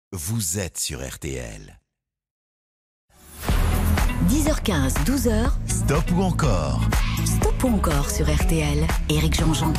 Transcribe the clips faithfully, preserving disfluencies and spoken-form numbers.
Vous êtes sur R T L. dix heures quinze, douze heures. Stop ou encore? Stop ou encore sur R T L. Éric Jean-Jean.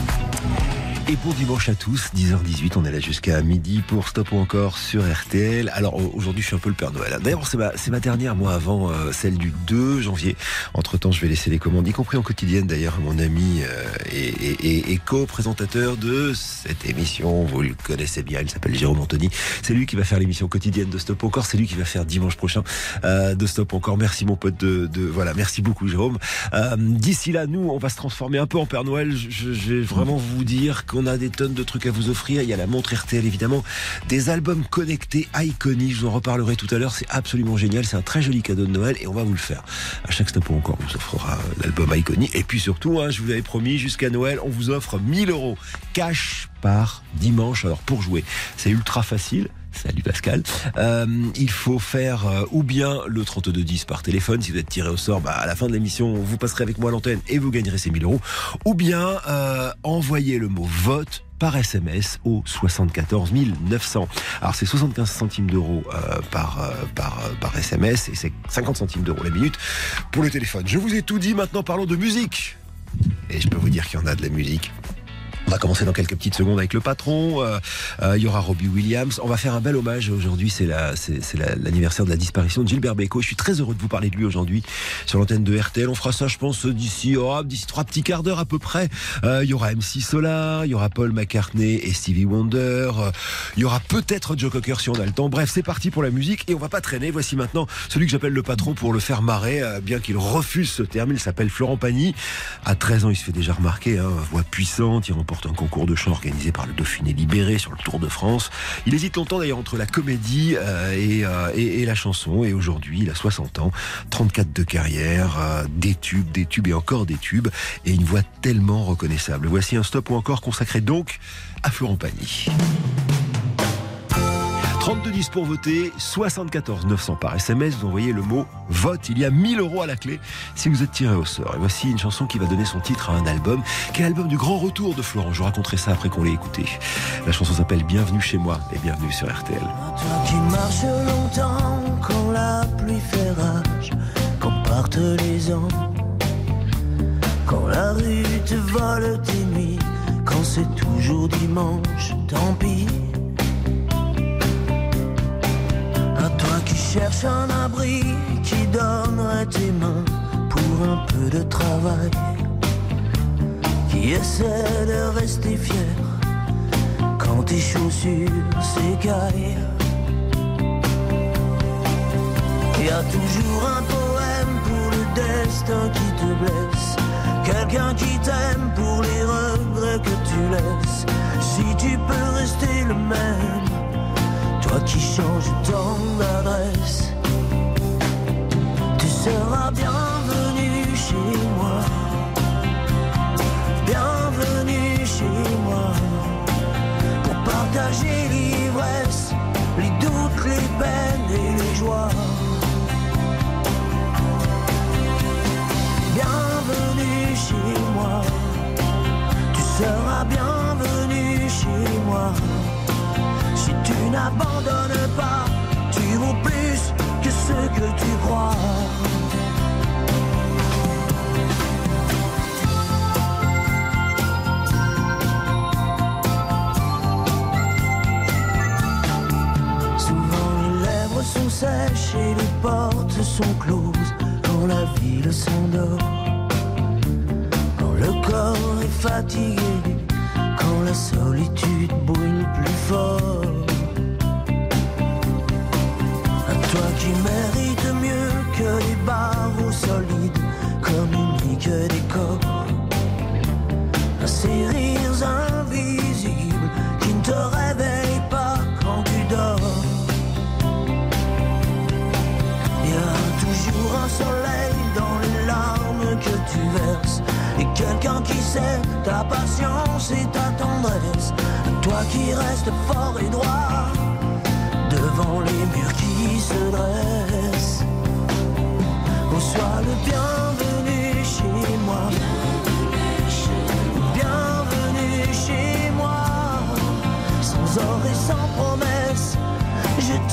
Et bon dimanche à tous, dix heures dix-huit, on est là jusqu'à midi pour Stop ou encore sur R T L. Alors aujourd'hui je suis un peu le Père Noël. D'ailleurs c'est ma, c'est ma dernière, moi avant euh, celle du deux janvier. Entre temps je vais laisser les commandes, y compris en quotidienne d'ailleurs. Mon ami euh, et, et, et co-présentateur de cette émission, vous le connaissez bien, il s'appelle Jérôme Anthony. C'est lui qui va faire l'émission quotidienne de Stop ou encore, c'est lui qui va faire dimanche prochain euh, de Stop ou encore. Merci mon pote de, de voilà, merci beaucoup Jérôme. Euh, d'ici là, nous on va se transformer un peu en Père Noël. Je, je vais vraiment vous dire qu'on a des tonnes de trucs à vous offrir. Il y a la montre R T L évidemment, des albums connectés Iconi, je vous en reparlerai tout à l'heure, c'est absolument génial, c'est un très joli cadeau de Noël et on va vous le faire. À chaque Stop ou encore, on vous offrira l'album Iconi et puis surtout, hein, je vous avais promis, jusqu'à Noël, on vous offre mille euros cash par dimanche. Alors pour jouer, c'est ultra facile. Salut Pascal. Euh, il faut faire euh, ou bien le trente-deux dix par téléphone. Si vous êtes tiré au sort, bah, à la fin de l'émission, vous passerez avec moi à l'antenne et vous gagnerez ces mille euros. Ou bien euh, envoyer le mot vote par S M S au soixante-quatorze mille neuf cents. Alors c'est soixante-quinze centimes d'euros euh, par, euh, par, euh, par S M S et c'est cinquante centimes d'euros la minute pour le téléphone. Je vous ai tout dit, maintenant parlons de musique. Et je peux vous dire qu'il y en a de la musique. On va commencer dans quelques petites secondes avec le patron. Euh, euh, il y aura Robbie Williams. On va faire un bel hommage aujourd'hui. C'est, la, c'est, c'est la, l'anniversaire de la disparition de Gilbert Bécaud. Je suis très heureux de vous parler de lui aujourd'hui sur l'antenne de R T L. On fera ça, je pense, d'ici, oh, d'ici trois petits quarts d'heure à peu près. Euh, il y aura M C Solar, il y aura Paul McCartney et Stevie Wonder. Euh, il y aura peut-être Joe Cocker si on a le temps. Bref, c'est parti pour la musique et on va pas traîner. Voici maintenant celui que j'appelle le patron pour le faire marrer, euh, bien qu'il refuse ce terme. Il s'appelle Florent Pagny. À treize ans, il se fait déjà remarquer. Hein, voix puissante. Il remporte un concours de chant organisé par le Dauphiné Libéré sur le Tour de France. Il hésite longtemps d'ailleurs entre la comédie euh, et, euh, et, et la chanson. Et aujourd'hui, il a soixante ans, trente-quatre de carrière, euh, des tubes, des tubes et encore des tubes. Et une voix tellement reconnaissable. Voici un Stop ou encore consacré donc à Florent Pagny. trente-deux dix pour voter, soixante-quatorze neuf cents par S M S, vous envoyez le mot vote. Il y a mille euros à la clé si vous êtes tiré au sort. Et voici une chanson qui va donner son titre à un album, qui est l'album du grand retour de Florent. Je vous raconterai ça après qu'on l'ait écouté. La chanson s'appelle Bienvenue chez moi et bienvenue sur R T L. Toi qui marches longtemps quand la pluie fait rage, quand partent les ans, quand la rue te vole tes nuits, quand c'est toujours dimanche, tant pis. Qui cherche un abri, qui donnerait tes mains pour un peu de travail, qui essaie de rester fier quand tes chaussures s'écaillent. Il y a toujours un poème pour le destin qui te blesse, quelqu'un qui t'aime pour les regrets que tu laisses. Si tu peux rester le même, toi qui changes tant d'adresse, tu seras bienvenu chez moi, bienvenue chez moi, pour partager l'ivresse, les doutes, les peines et les joies. Bienvenue chez moi, tu seras bienvenu chez moi. Si tu n'abandonnes pas, tu vaux plus que ce que tu crois. Souvent les lèvres sont sèches et les portes sont closes quand la ville s'endort, quand le corps est fatigué, quand la solitude brûle plus fort. À toi qui mérites mieux que les barreaux solides, communiquent des corps, à ces rires invisibles qui ne te réveillent pas quand tu dors. Il y a toujours un soleil dans les larmes que tu verses, et quelqu'un qui sait ta patience et ta tendresse. Toi qui restes fort et droit devant les murs qui se dressent. Oh, sois le bienvenu chez moi, bienvenue chez moi, sans or et sans promesse. Je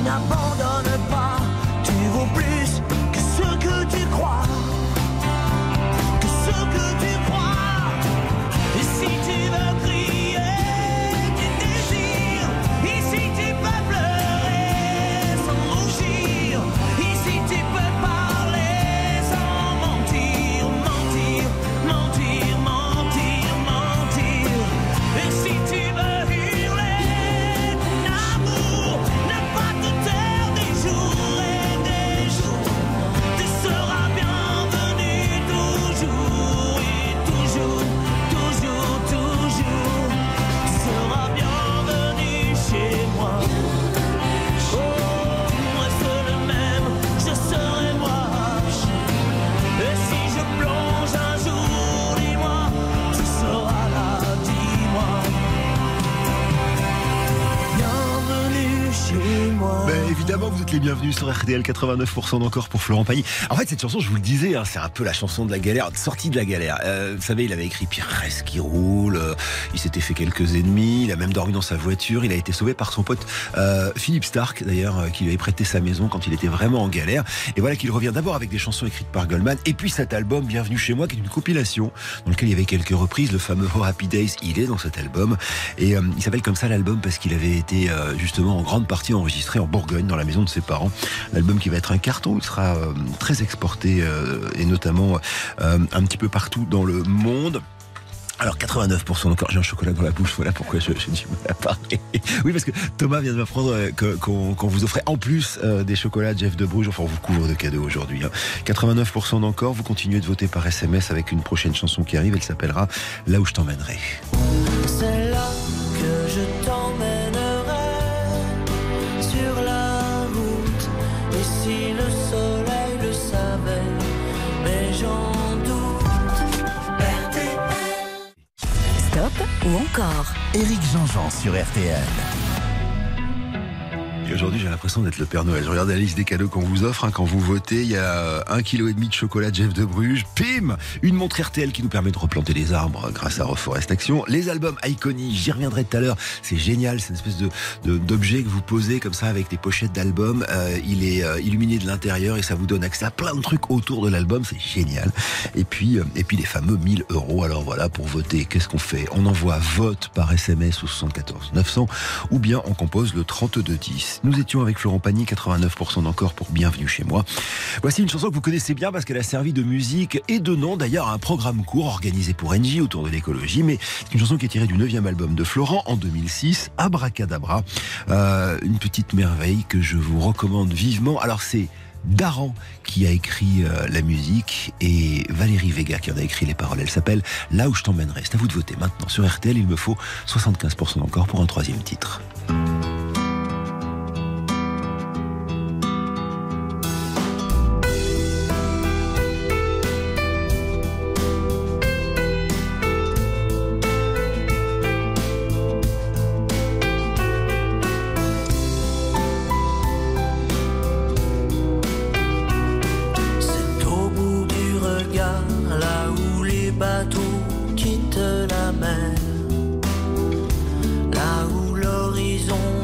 n'abandonne pas. Tu vaux plus que ce que tu crois, que ce que tu crois. Et si tu veux crier tes désirs, ici tu peux pleurer sans rougir, ici tu peux parler sans mentir, mentir, mentir, mentir, mentir. Et si tu veux hurler ton amour, ne pas te taire des jours et des jours, tu seras bienvenu toujours et toujours, toujours, toujours. Tu seras bienvenu chez moi. Oh, moi c'est le même, je serai moi. Et si je plonge un jour, dis-moi, tu seras là, dis-moi. Bienvenue chez moi. Ben, évidemment, vous êtes les bienvenus sur R T L. Quatre-vingt-neuf pour cent d'encore pour Florent Pagny. En fait, cette chanson, je vous le disais, hein, c'est un peu la chanson de la galère, sortie de la galère. Euh, vous savez, il avait écrit Pires qui roule, euh, il s'était fait quelques ennemis, il a même dormi dans sa voiture, il a été sauvé par son pote euh, Philippe Stark, d'ailleurs, euh, qui lui avait prêté sa maison quand il était vraiment en galère. Et voilà qu'il revient d'abord avec des chansons écrites par Goldman, et puis cet album Bienvenue chez moi, qui est une compilation dans lequel il y avait quelques reprises. Le fameux Oh Happy Days, il est dans cet album. Et euh, il s'appelle comme ça l'album parce qu'il avait été euh, justement en grande partie enregistré en Bourgogne, dans la maison de ses parents. L'album qui va être un carton, il sera euh, très exporté euh, et notamment euh, un petit peu partout dans le monde. Alors quatre-vingt-neuf pour cent encore, j'ai un chocolat dans la bouche, voilà pourquoi je, j'ai du mal à parler. Oui, parce que Thomas vient de m'apprendre euh, que, qu'on, qu'on vous offrait en plus euh, des chocolats Jeff de Bruges, enfin on vous couvre de cadeaux aujourd'hui. Hein. quatre-vingt-neuf pour cent d'encore, vous continuez de voter par S M S avec une prochaine chanson qui arrive, elle s'appellera Là où je t'emmènerai. C'est là que je t'emmènerai sur la route. Et si le soleil le savait, mais j'en doute. R T L. Stop ou encore? Éric Jean-Jean sur R T L. Et aujourd'hui, j'ai l'impression d'être le Père Noël. Je regarde la liste des cadeaux qu'on vous offre. Hein, quand vous votez, il y a un kilo et demi de chocolat Jeff de Bruges. Pim, une montre R T L qui nous permet de replanter les arbres grâce à Reforest Action. Les albums Iconi, j'y reviendrai tout à l'heure. C'est génial, c'est une espèce de, de d'objet que vous posez comme ça avec des pochettes d'albums. Euh, il est euh, illuminé de l'intérieur et ça vous donne accès à plein de trucs autour de l'album. C'est génial. Et puis, euh, et puis les fameux mille euros. Alors voilà, pour voter, qu'est-ce qu'on fait? On envoie vote par S M S au soixante-quatorze neuf cents ou bien on compose le trente-deux dix. Nous étions avec Florent Pagny, quatre-vingt-neuf pour cent d'encore pour Bienvenue chez moi. Voici une chanson que vous connaissez bien parce qu'elle a servi de musique et de nom d'ailleurs à un programme court organisé pour Engie autour de l'écologie. Mais c'est une chanson qui est tirée du neuvième album de Florent en deux mille six, Abracadabra. Euh, une petite merveille que je vous recommande vivement. Alors c'est Daran qui a écrit euh, la musique et Valérie Vega qui en a écrit les paroles. Elle s'appelle Là où je t'emmènerai. C'est à vous de voter maintenant. Sur R T L, il me faut soixante-quinze pour cent d'encore pour un troisième titre. Quittent la mer, là où l'horizon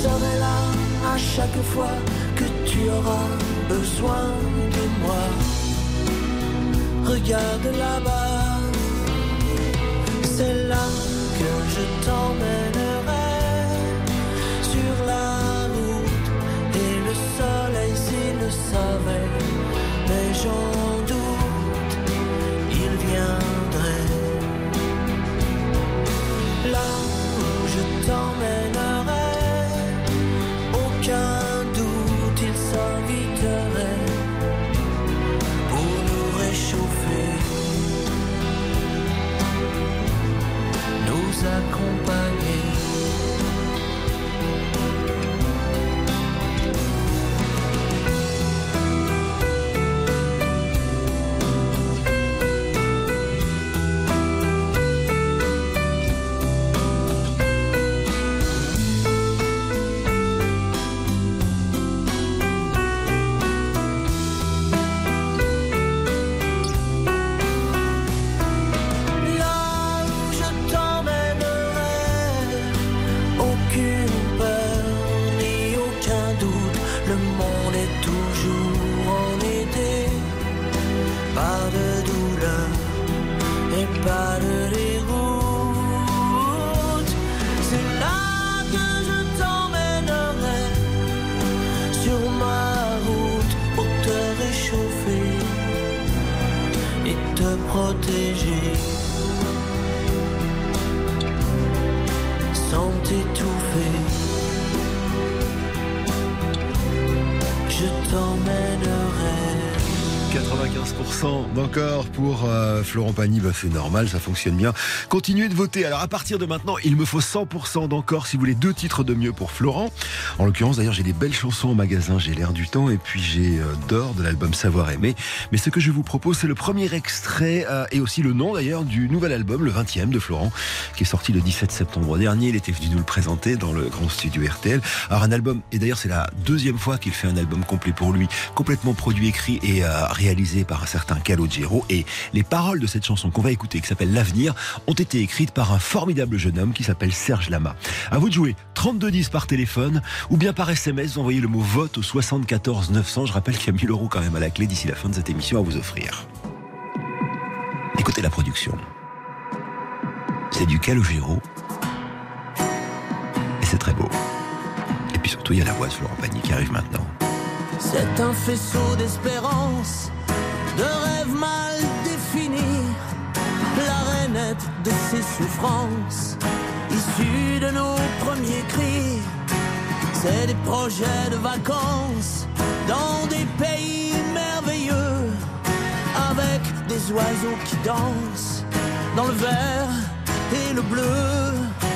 serai là à chaque fois que tu auras besoin de moi. Regarde là-bas, c'est là que je t'emmènerai sur la route. Et le soleil s'il le savait, mais j'en doute, il viendrait. Là où je t'emmènerai, aucun doute il s'inviterait pour nous réchauffer, nous accompagner. Pas de déroute, c'est là que je t'emmènerai sur ma route pour te réchauffer et te protéger sans t'étouffer. Je t'emmènerai. quatre-vingt-quinze pour cent d'encore pour euh, Florent Pagny, bah, c'est normal, ça fonctionne bien. Continuez de voter. Alors à partir de maintenant, il me faut cent pour cent d'encore si vous voulez deux titres de mieux pour Florent. En l'occurrence, d'ailleurs, j'ai des belles chansons au magasin, j'ai l'air du temps et puis j'ai euh, D'or de l'album Savoir aimer. Mais ce que je vous propose, c'est le premier extrait euh, et aussi le nom d'ailleurs du nouvel album, le vingtième de Florent, qui est sorti le dix-sept septembre dernier. Il était venu nous le présenter dans le grand studio R T L. Alors un album, et d'ailleurs c'est la deuxième fois qu'il fait un album complet pour lui, complètement produit, écrit et euh, réalisé par un certain Calogero, et les paroles de cette chanson qu'on va écouter, qui s'appelle L'Avenir, ont été écrites par un formidable jeune homme qui s'appelle Serge Lama. À vous de jouer, trente-deux dix par téléphone ou bien par S M S, vous envoyez le mot vote au soixante-quatorze neuf cents. Je rappelle qu'il y a mille euros quand même à la clé d'ici la fin de cette émission à vous offrir. Écoutez la production. C'est du Calogero et c'est très beau. Et puis surtout, il y a la voix de Florent Pagny qui arrive maintenant. C'est un faisceau d'espérance, de rêves mal définis, l'arénette de ces souffrances, issues de nos premiers cris. C'est des projets de vacances, dans des pays merveilleux, avec des oiseaux qui dansent, dans le vert et le bleu.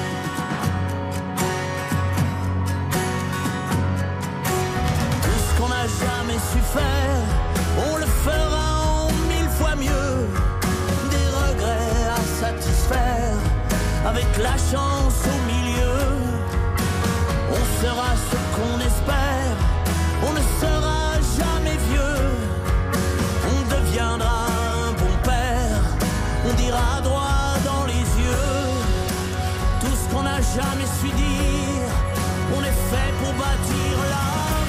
Jamais su faire, on le fera en mille fois mieux. Des regrets à satisfaire, avec la chance au milieu. On sera ce qu'on espère, on ne sera jamais vieux. On deviendra un bon père, on dira droit dans les yeux tout ce qu'on n'a jamais su dire. On est fait pour bâtir la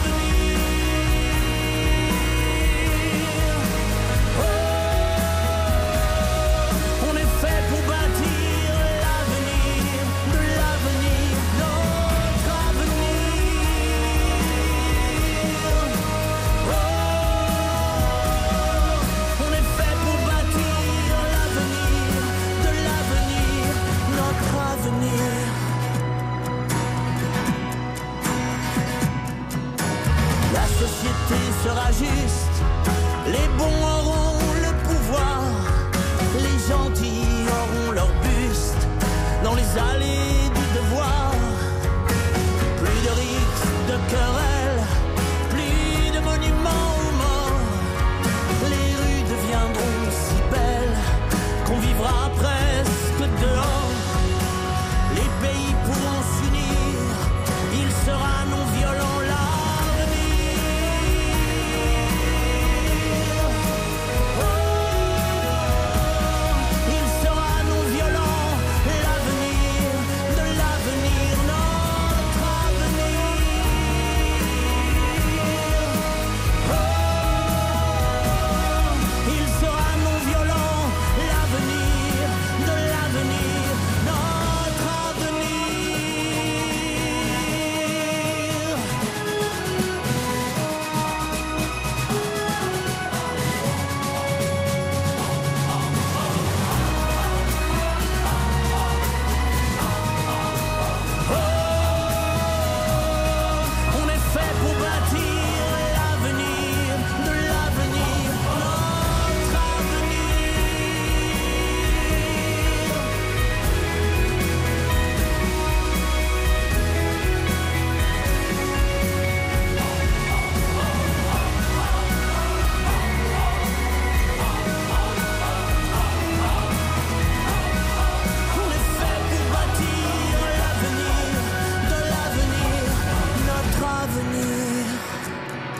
sera juste, les bons auront le pouvoir, les gentils auront leur buste dans les allées du devoir. Plus de rixes, de querelles, plus de monuments aux morts. Les rues deviendront si belles qu'on vivra presque dehors. Les pays pourront s'unir, il sera non violent. De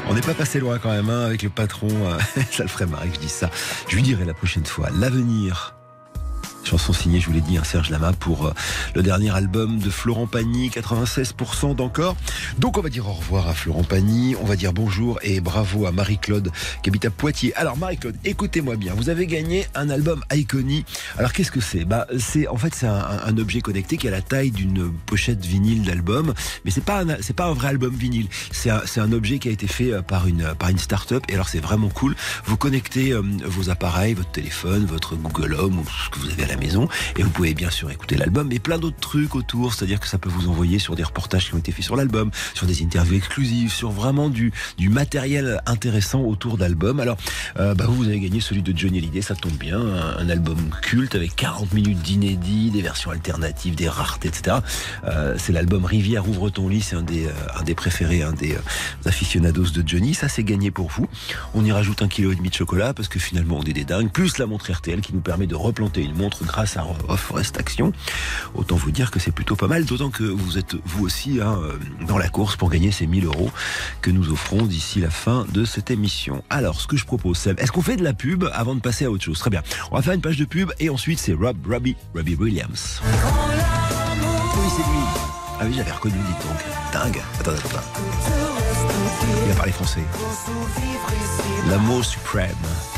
On n'est pas passé loin quand même, hein, avec le patron. Euh, ça le ferait marrer que je dise ça. Je lui dirai la prochaine fois. L'avenir. Chanson signée, je vous l'ai dit, hein, Serge Lama pour euh, le dernier album de Florent Pagny, quatre-vingt-seize pour cent d'encore. Donc on va dire au revoir à Florent Pagny, on va dire bonjour et bravo à Marie-Claude qui habite à Poitiers. Alors Marie-Claude, écoutez-moi bien, vous avez gagné un album Icony. Alors qu'est-ce que c'est ? Bah c'est en fait c'est un, un objet connecté qui a la taille d'une pochette vinyle d'album, mais c'est pas un, c'est pas un vrai album vinyle. C'est un, c'est un objet qui a été fait par une par une start-up. Et alors c'est vraiment cool. Vous connectez euh, vos appareils, votre téléphone, votre Google Home ou ce que vous avez à la maison, et vous pouvez bien sûr écouter l'album, mais plein d'autres trucs autour, c'est-à-dire que ça peut vous envoyer sur des reportages qui ont été faits sur l'album, sur des interviews exclusives, sur vraiment du, du matériel intéressant autour d'albums. Alors euh, bah vous, vous avez gagné celui de Johnny Hallyday, ça tombe bien, un, un album culte avec quarante minutes d'inédits, des versions alternatives, des raretés, et cetera. Euh, c'est l'album Rivière ouvre ton lit, c'est un des, euh, un des préférés, un des euh, aficionados de Johnny. Ça c'est gagné pour vous. On y rajoute un kilo et demi de chocolat parce que finalement on est des dingues, plus la montre R T L qui nous permet de replanter une montre grâce à Forest Action. Autant vous dire que c'est plutôt pas mal, d'autant que vous êtes vous aussi hein, dans la course pour gagner ces mille euros que nous offrons d'ici la fin de cette émission. Alors, ce que je propose, c'est, est-ce qu'on fait de la pub avant de passer à autre chose ? Très bien. On va faire une page de pub et ensuite c'est Rob, Robbie, Robbie Williams. Oui, c'est lui. Ah oui, j'avais reconnu, dis donc. Dingue. Attends, attends, attends. Il a parlé français. L'amour suprême.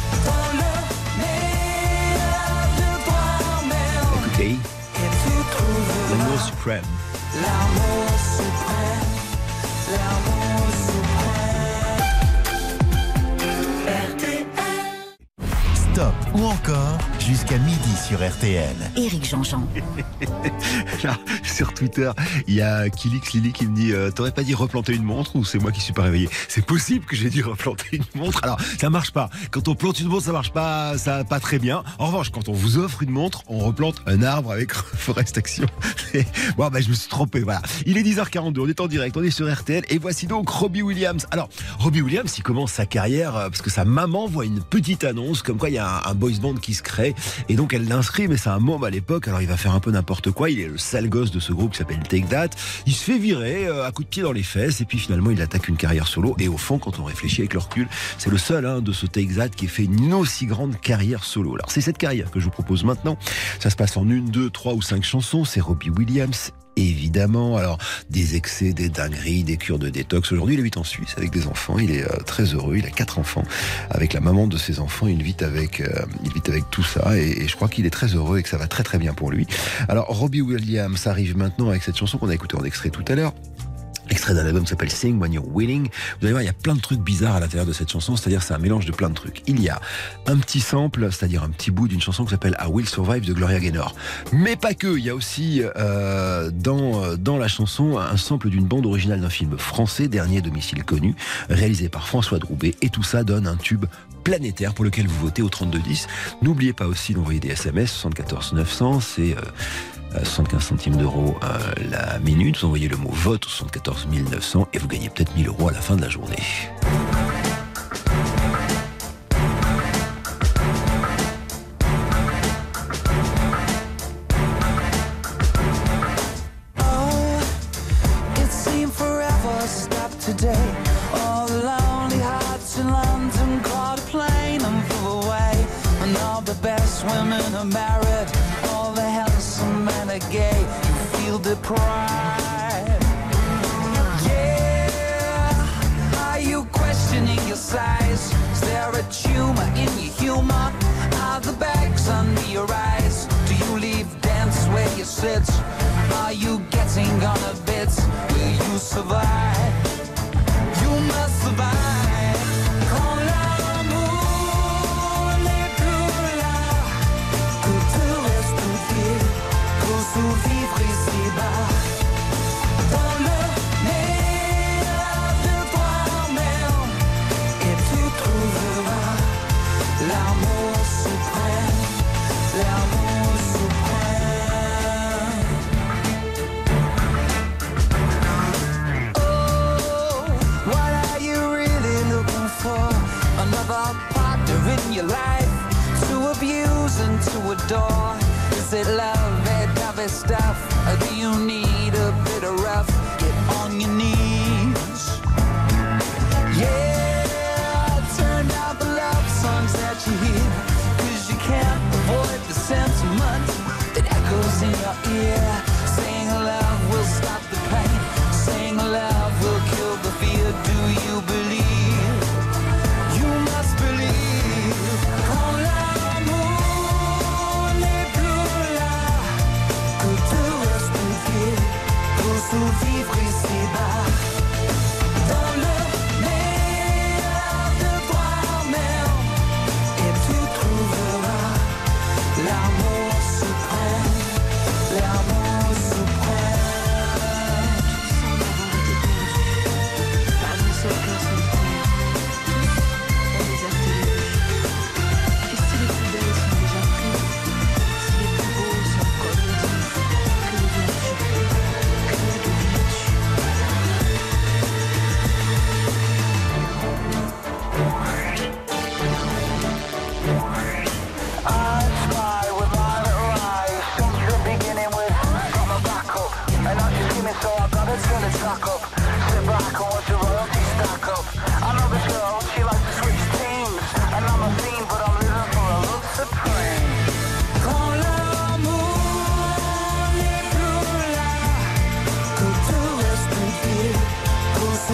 Écoutez, l'amour suprême. L'amour suprême. L'amour suprême. R T L. Stop ou encore jusqu'à midi sur R T L. Éric Jean-Jean. Là, sur Twitter, il y a Kilix Lily qui me dit euh, t'aurais pas dit replanter une montre ou c'est moi qui suis pas réveillé ? C'est possible que j'ai dit replanter une montre. Alors, ça marche pas. Quand on plante une montre, ça marche pas, ça pas très bien. En revanche, quand on vous offre une montre, on replante un arbre avec Forest Action. Bon, ben, je me suis trompé, voilà. Il est dix heures quarante-deux, on est en direct, on est sur R T L et voici donc Robbie Williams. Alors, Robbie Williams, il commence sa carrière euh, parce que sa maman voit une petite annonce comme quoi il y a un, un boys band qui se crée et donc elle l'inscrit, mais c'est un môme à l'époque, alors il va faire un peu n'importe quoi, il est le sale gosse de ce groupe qui s'appelle Take That, il se fait virer euh, à coups de pied dans les fesses et puis finalement il attaque une carrière solo et au fond quand on réfléchit avec le recul, c'est le seul hein, de ce Take That qui ait fait une aussi grande carrière solo. Alors c'est cette carrière que je vous propose maintenant, ça se passe en une, deux, trois ou cinq chansons, c'est Robbie Williams. Évidemment, alors des excès, des dingueries, des cures de détox. Aujourd'hui, il habite en Suisse avec des enfants. Il est euh, très heureux. Il a quatre enfants avec la maman de ses enfants. Il vit avec, euh, il vit avec tout ça et, et je crois qu'il est très heureux et que ça va très très bien pour lui. Alors, Robbie Williams arrive maintenant avec cette chanson qu'on a écoutée en extrait tout à l'heure. Extrait d'un album qui s'appelle Sing When You're Winning. Vous allez voir, il y a plein de trucs bizarres à l'intérieur de cette chanson, c'est-à-dire c'est un mélange de plein de trucs. Il y a un petit sample, c'est-à-dire un petit bout d'une chanson qui s'appelle I Will Survive de Gloria Gaynor. Mais pas que, il y a aussi euh, dans, dans la chanson un sample d'une bande originale d'un film français, Dernier domicile connu, réalisé par François Droubet, et tout ça donne un tube planétaire pour lequel vous votez au trente-deux dix. N'oubliez pas aussi d'envoyer des S M S, soixante-quatorze neuf cents, c'est... Euh, soixante-quinze centimes d'euros euh, la minute, vous envoyez le mot vote au soixante-quatorze mille neuf cents et vous gagnez peut-être mille euros à la fin de la journée. Oh, it seemed forever stopped today. All the lonely hearts in London caught a plane and flew away. And all the best women are married. All the handsome men are gay. You feel deprived. Yeah. Are you questioning your size? Is there a tumor in your humor? Are the bags under your eyes? Do you leave dance where you sit? Are you getting on a bit? Will you survive? You must survive. Quand l'amour n'est plus là, tout te reste oublié pour survivre ici-bas. Dans le meilleur de toi-même, et tu trouveras l'amour suprême, l'amour suprême. Oh, what are you really looking for? Another partner in your life to abuse and to adore? Is it lovey-dovey stuff? Or do you need a bit of rough? Get on your knees. Yeah.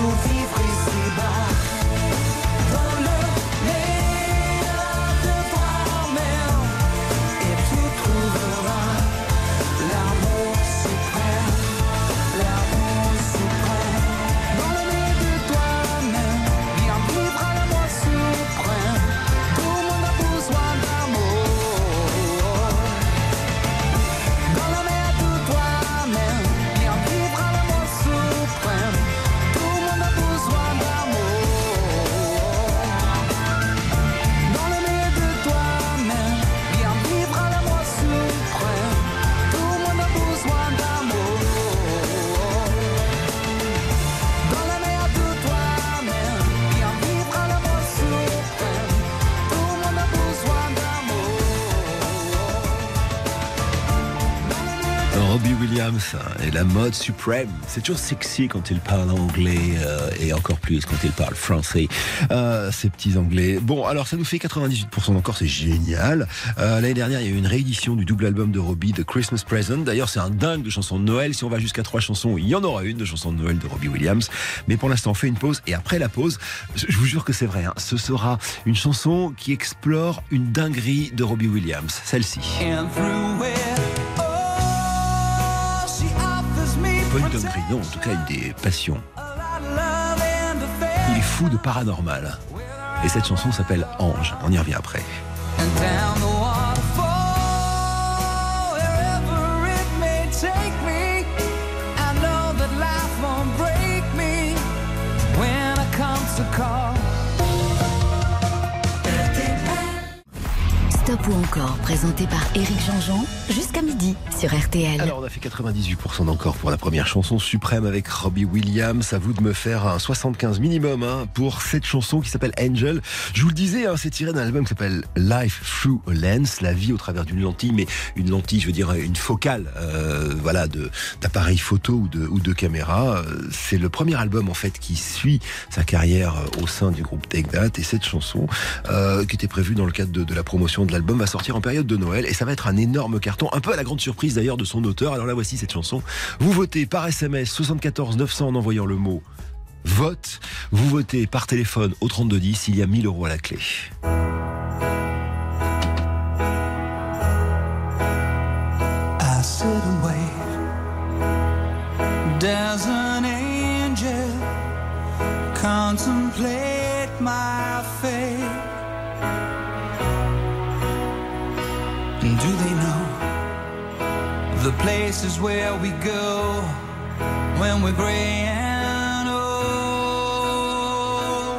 pour vivre ici-bas. Dans le meilleur de toi-même, et tu trouveras l'amour suprême, l'amour suprême. Dans le meilleur de toi-même, viens vivre à l'amour suprême. Tout le monde a besoin d'amour. Dans le meilleur de toi-même, viens vivre à l'amour suprême. Tout le monde a besoin d'amour. Dans le meilleur de toi-même, viens vivre à l'amour suprême. Tout le monde a besoin d'amour. Dans le meilleur de toi-même, viens vivre à l'amour suprême. Tout le monde a besoin d'amour. Robbie Williams et la mode suprême. C'est toujours sexy quand il parle anglais euh, et encore plus quand il parle français. Euh, ces petits anglais. Bon, alors ça nous fait quatre-vingt-dix-huit pour cent encore, c'est génial. Euh, l'année dernière, il y a eu une réédition du double album de Robbie, The Christmas Present. D'ailleurs, c'est un dingue de chansons de Noël. Si on va jusqu'à trois chansons, il y en aura une de chansons de Noël de Robbie Williams. Mais pour l'instant, on fait une pause. Et après la pause, je vous jure que c'est vrai, hein, ce sera une chanson qui explore une dinguerie de Robbie Williams. Celle-ci. And through it, oh, she offers me Pas une dinguerie, non, en tout cas une des passions. Il est fou de paranormal. Et cette chanson s'appelle Ange. On y revient après. And down the waterfall, wherever it may take me, I know that life won't break me when it comes to call. Stop ou encore, présenté par Éric Jean-Jean, jusqu'à midi sur R T L. Alors on a fait quatre-vingt-dix-huit pour cent d'encore pour la première chanson suprême avec Robbie Williams. À vous de me faire un soixante-quinze minimum hein, pour cette chanson qui s'appelle Angel. Je vous le disais, hein, c'est tiré d'un album qui s'appelle Life Through a Lens, la vie au travers d'une lentille, mais une lentille, je veux dire une focale, euh, voilà, de d'appareil photo ou de ou de caméra. C'est le premier album en fait qui suit sa carrière au sein du groupe Take That, et cette chanson euh, qui était prévue dans le cadre de, de la promotion de l'album va sortir en période de Noël, et ça va être un énorme carton, un peu à la grande surprise d'ailleurs de son auteur. Alors là voici cette chanson. Vous votez par S M S soixante-quatorze neuf cents en envoyant le mot vote. Vous votez par téléphone au trente-deux dix, il y a mille euros à la clé. I sit and wait. There's an angel contemplate my fate. Do they know the places where we go when we're gray and old?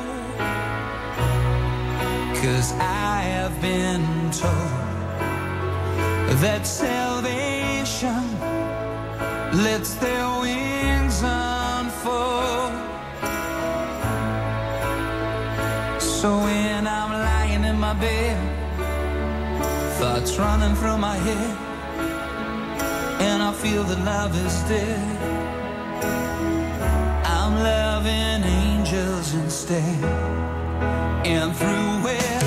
'Cause I have been told that salvation lets their wings unfold. So when I'm lying in my bed, thoughts running through my head, and I feel that love is dead, I'm loving angels instead. And through it,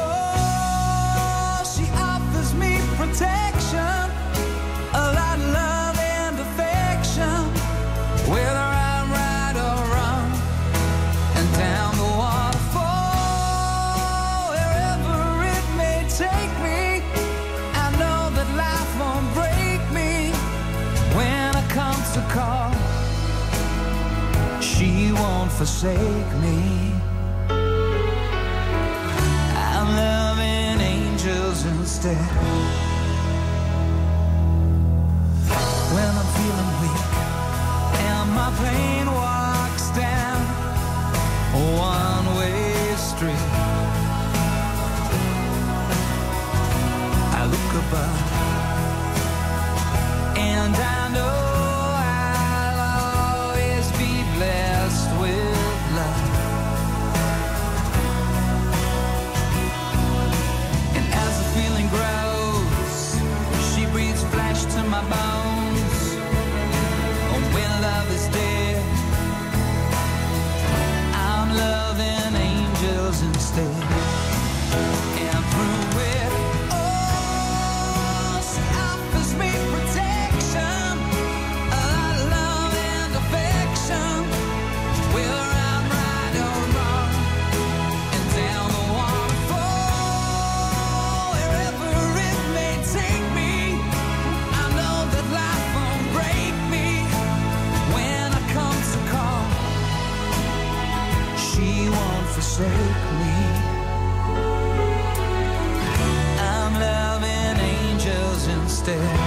oh, she offers me protection, a lot of love and affection, whether I'm right or wrong. And down the waterfall, wherever it may take me, I know that life won't break me when it comes to call. She won't forsake me. I'm loving angels instead. When I'm feeling weak and my pain walks down a one-way street, I look above and I know I'll always be blessed with love. And as the feeling grows, she breathes flesh to my bones. Oh, when love is dead, forsake me. I'm loving angels instead.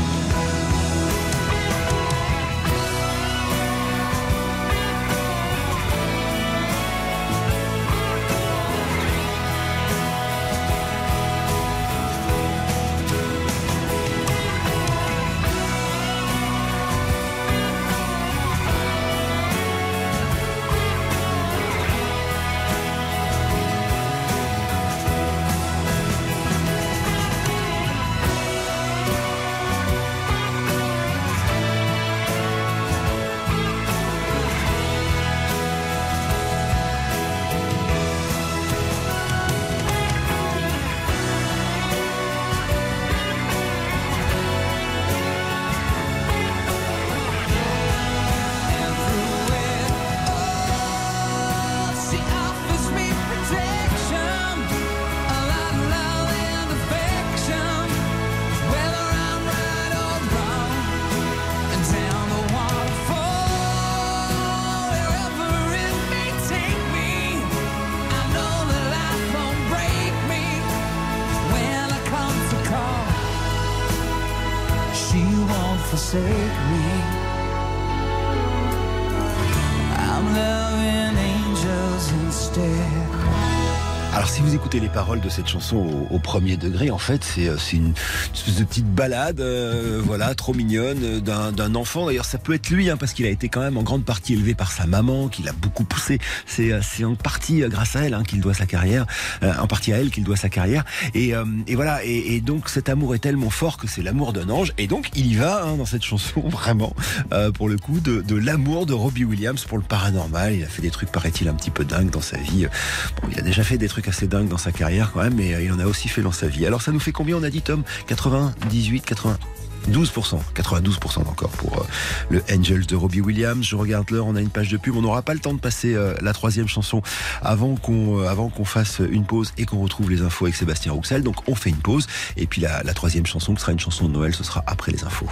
Forsake me. I'm loving angels instead. Alors si vous écoutez les paroles de cette chanson au, au premier degré, en fait c'est, c'est une espèce de petite balade, euh, voilà, trop mignonne, d'un, d'un enfant. D'ailleurs ça peut être lui, hein, parce qu'il a été quand même en grande partie élevé par sa maman, qui l'a beaucoup poussé. C'est, c'est en partie grâce à elle hein, qu'il doit sa carrière, euh, en partie à elle qu'il doit sa carrière. Et, euh, et voilà, et, et donc cet amour est tellement fort que c'est l'amour d'un ange. Et donc il y va hein, dans cette chanson vraiment, euh, pour le coup, de, de l'amour de Robbie Williams pour le paranormal. Il a fait des trucs, paraît-il, un petit peu dingues dans sa vie. Bon, il a déjà fait des trucs assez dingue dans sa carrière quand même, mais il en a aussi fait dans sa vie. Alors ça nous fait combien, on a dit, Tom? quatre-vingt-dix-huit, quatre-vingt-douze pour cent. quatre-vingt-douze pour cent encore pour euh, le Angels de Robbie Williams. Je regarde l'heure, on a une page de pub. On n'aura pas le temps de passer euh, la troisième chanson avant qu'on, euh, avant qu'on fasse une pause et qu'on retrouve les infos avec Sébastien Rouxel. Donc on fait une pause. Et puis la, la troisième chanson, qui sera une chanson de Noël, ce sera après les infos.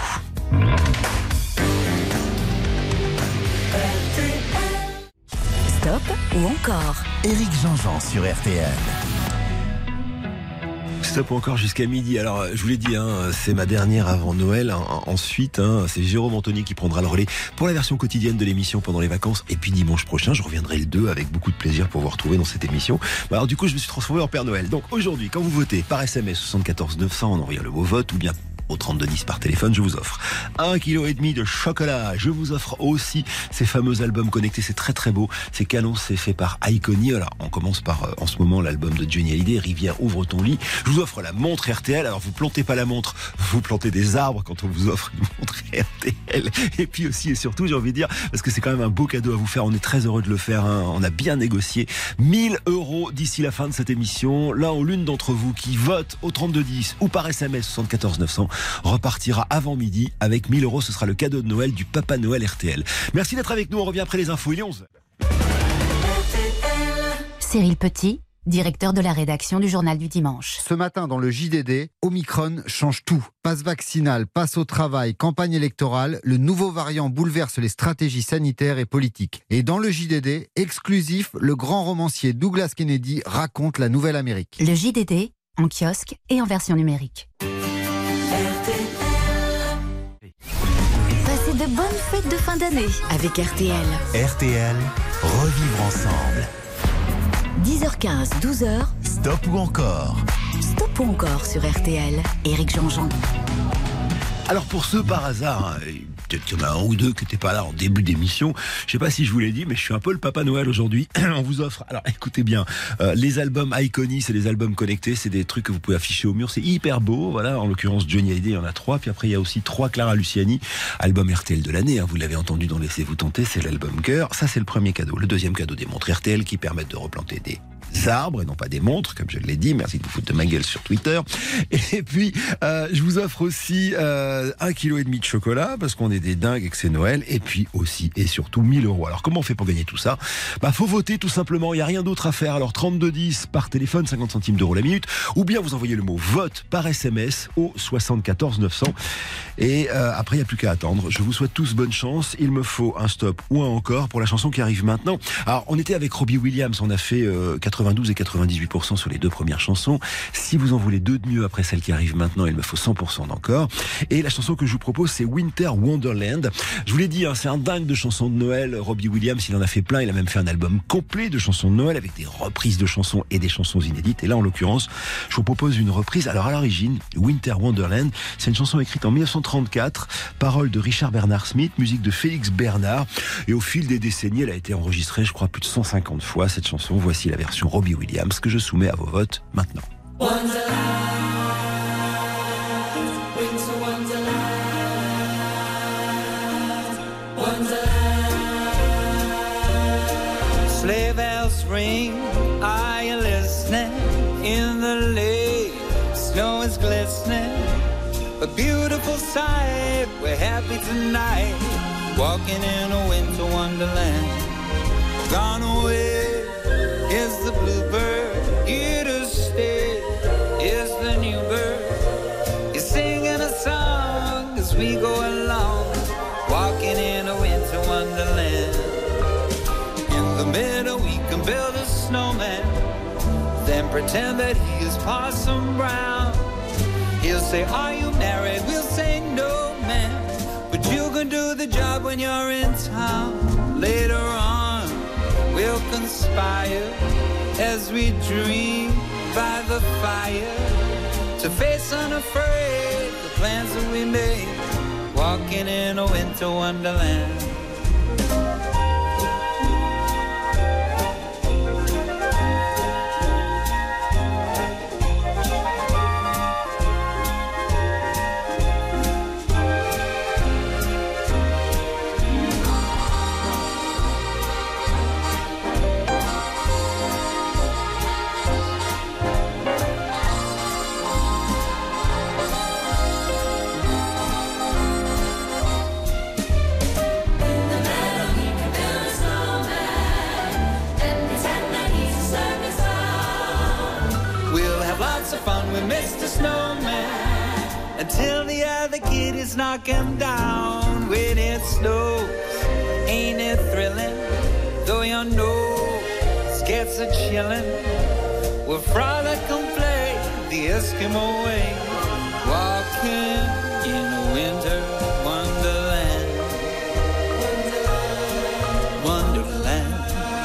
Stop ou encore Éric Jean-Jean sur R T L. Stop ou encore jusqu'à midi. Alors, je vous l'ai dit, hein, c'est ma dernière avant Noël. Ensuite, hein, c'est Jérôme Anthony qui prendra le relais pour la version quotidienne de l'émission pendant les vacances. Et puis dimanche prochain, je reviendrai le deux avec beaucoup de plaisir pour vous retrouver dans cette émission. Alors du coup, je me suis transformé en Père Noël. Donc aujourd'hui, quand vous votez par S M S soixante-quatorze neuf cents en envoyant le mot vote, ou bien au trente-deux dix par téléphone, je vous offre un kilo et demi de chocolat. Je vous offre aussi ces fameux albums connectés. C'est très très beau. C'est canon, c'est fait par Iconi. Alors, on commence par, euh, en ce moment, l'album de Johnny Hallyday, Rivière, ouvre ton lit. Je vous offre la montre R T L. Alors, vous plantez pas la montre, vous plantez des arbres quand on vous offre une montre R T L. Et puis aussi et surtout, j'ai envie de dire, parce que c'est quand même un beau cadeau à vous faire. On est très heureux de le faire, hein. On a bien négocié. mille euros d'ici la fin de cette émission. L'un ou l'une d'entre vous qui vote au trente-deux dix ou par S M S soixante-quatorze neuf cents repartira avant midi avec mille euros. Ce sera le cadeau de Noël du Papa Noël R T L. Merci d'être avec nous. On revient après les infos. Il est onze heures. Cyril Petit, directeur de la rédaction du Journal du Dimanche. Ce matin, dans le J D D, Omicron change tout. Passe vaccinal, passe au travail, campagne électorale, le nouveau variant bouleverse les stratégies sanitaires et politiques. Et dans le J D D, exclusif, le grand romancier Douglas Kennedy raconte la Nouvelle-Amérique. Le J D D, en kiosque et en version numérique. Passez de bonnes fêtes de fin d'année avec R T L. R T L, revivre ensemble. dix heures quinze, douze heures. Stop ou encore Stop ou encore sur R T L. Éric Jean-Jean. Alors pour ceux par hasard, hein, peut-être qu'il y en a un ou deux qui n'étaient pas là en début d'émission, je sais pas si je vous l'ai dit, mais je suis un peu le Papa Noël aujourd'hui. On vous offre, alors écoutez bien, euh, les albums Iconi, c'est des albums connectés, c'est des trucs que vous pouvez afficher au mur, c'est hyper beau, voilà, en l'occurrence Johnny Hallyday, il y en a trois, puis après il y a aussi trois Clara Luciani, album R T L de l'année, hein, vous l'avez entendu dans Laissez-vous tenter, c'est l'album Cœur, ça c'est le premier cadeau. Le deuxième cadeau, des montres R T L qui permettent de replanter des arbres et non pas des montres, comme je l'ai dit. Merci de vous foutre de ma gueule sur Twitter. Et puis, euh, je vous offre aussi euh, un kilo et demi de chocolat parce qu'on est des dingues et que c'est Noël. Et puis aussi et surtout mille euros. Alors comment on fait pour gagner tout ça? Bah faut voter tout simplement. Il n'y a rien d'autre à faire. Alors trente-deux dix par téléphone, cinquante centimes d'euros la minute, ou bien vous envoyez le mot vote par S M S au soixante-quatorze neuf cents. Et euh, après il n'y a plus qu'à attendre. Je vous souhaite tous bonne chance. Il me faut un stop ou un encore pour la chanson qui arrive maintenant. Alors on était avec Robbie Williams. On a fait euh, quatre-vingt-douze et quatre-vingt-dix-huit pour cent sur les deux premières chansons. Si vous en voulez deux de mieux après celle qui arrive maintenant, il me faut cent pour cent d'encore. Et la chanson que je vous propose, c'est Winter Wonderland. Je vous l'ai dit, hein, c'est un dingue de chansons de Noël. Robbie Williams, il en a fait plein. Il a même fait un album complet de chansons de Noël avec des reprises de chansons et des chansons inédites. Et là, en l'occurrence, je vous propose une reprise. Alors, à l'origine, Winter Wonderland, c'est une chanson écrite en mille neuf cent trente-quatre, paroles de Richard Bernard Smith, musique de Félix Bernard. Et au fil des décennies, elle a été enregistrée, je crois, plus de cent cinquante fois, cette chanson. Voici la version Robbie Williams que je soumets à vos votes maintenant. Sleigh bells ring, are you listening? In the lane, snow is glistening. A beautiful sight, we're happy tonight. Walking in a winter wonderland. Gone away is the bluebird, here to stay is the new bird. He's singing a song as we go along. Walking in a winter wonderland. In the middle we can build a snowman, then pretend that he is Parson Brown. He'll say, are you married? We'll say, no, man, but you can do the job when you're in town. Later on we'll conspire as we dream by the fire to face unafraid the plans that we made. Walking in a winter wonderland. Mister Snowman, until the other kid is knocking down. When it snows, ain't it thrilling? Though your nose gets a chillin', we'll frolic and play the Eskimo way. Walking in a winter wonderland. Wonderland.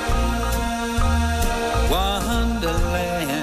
Wonderland.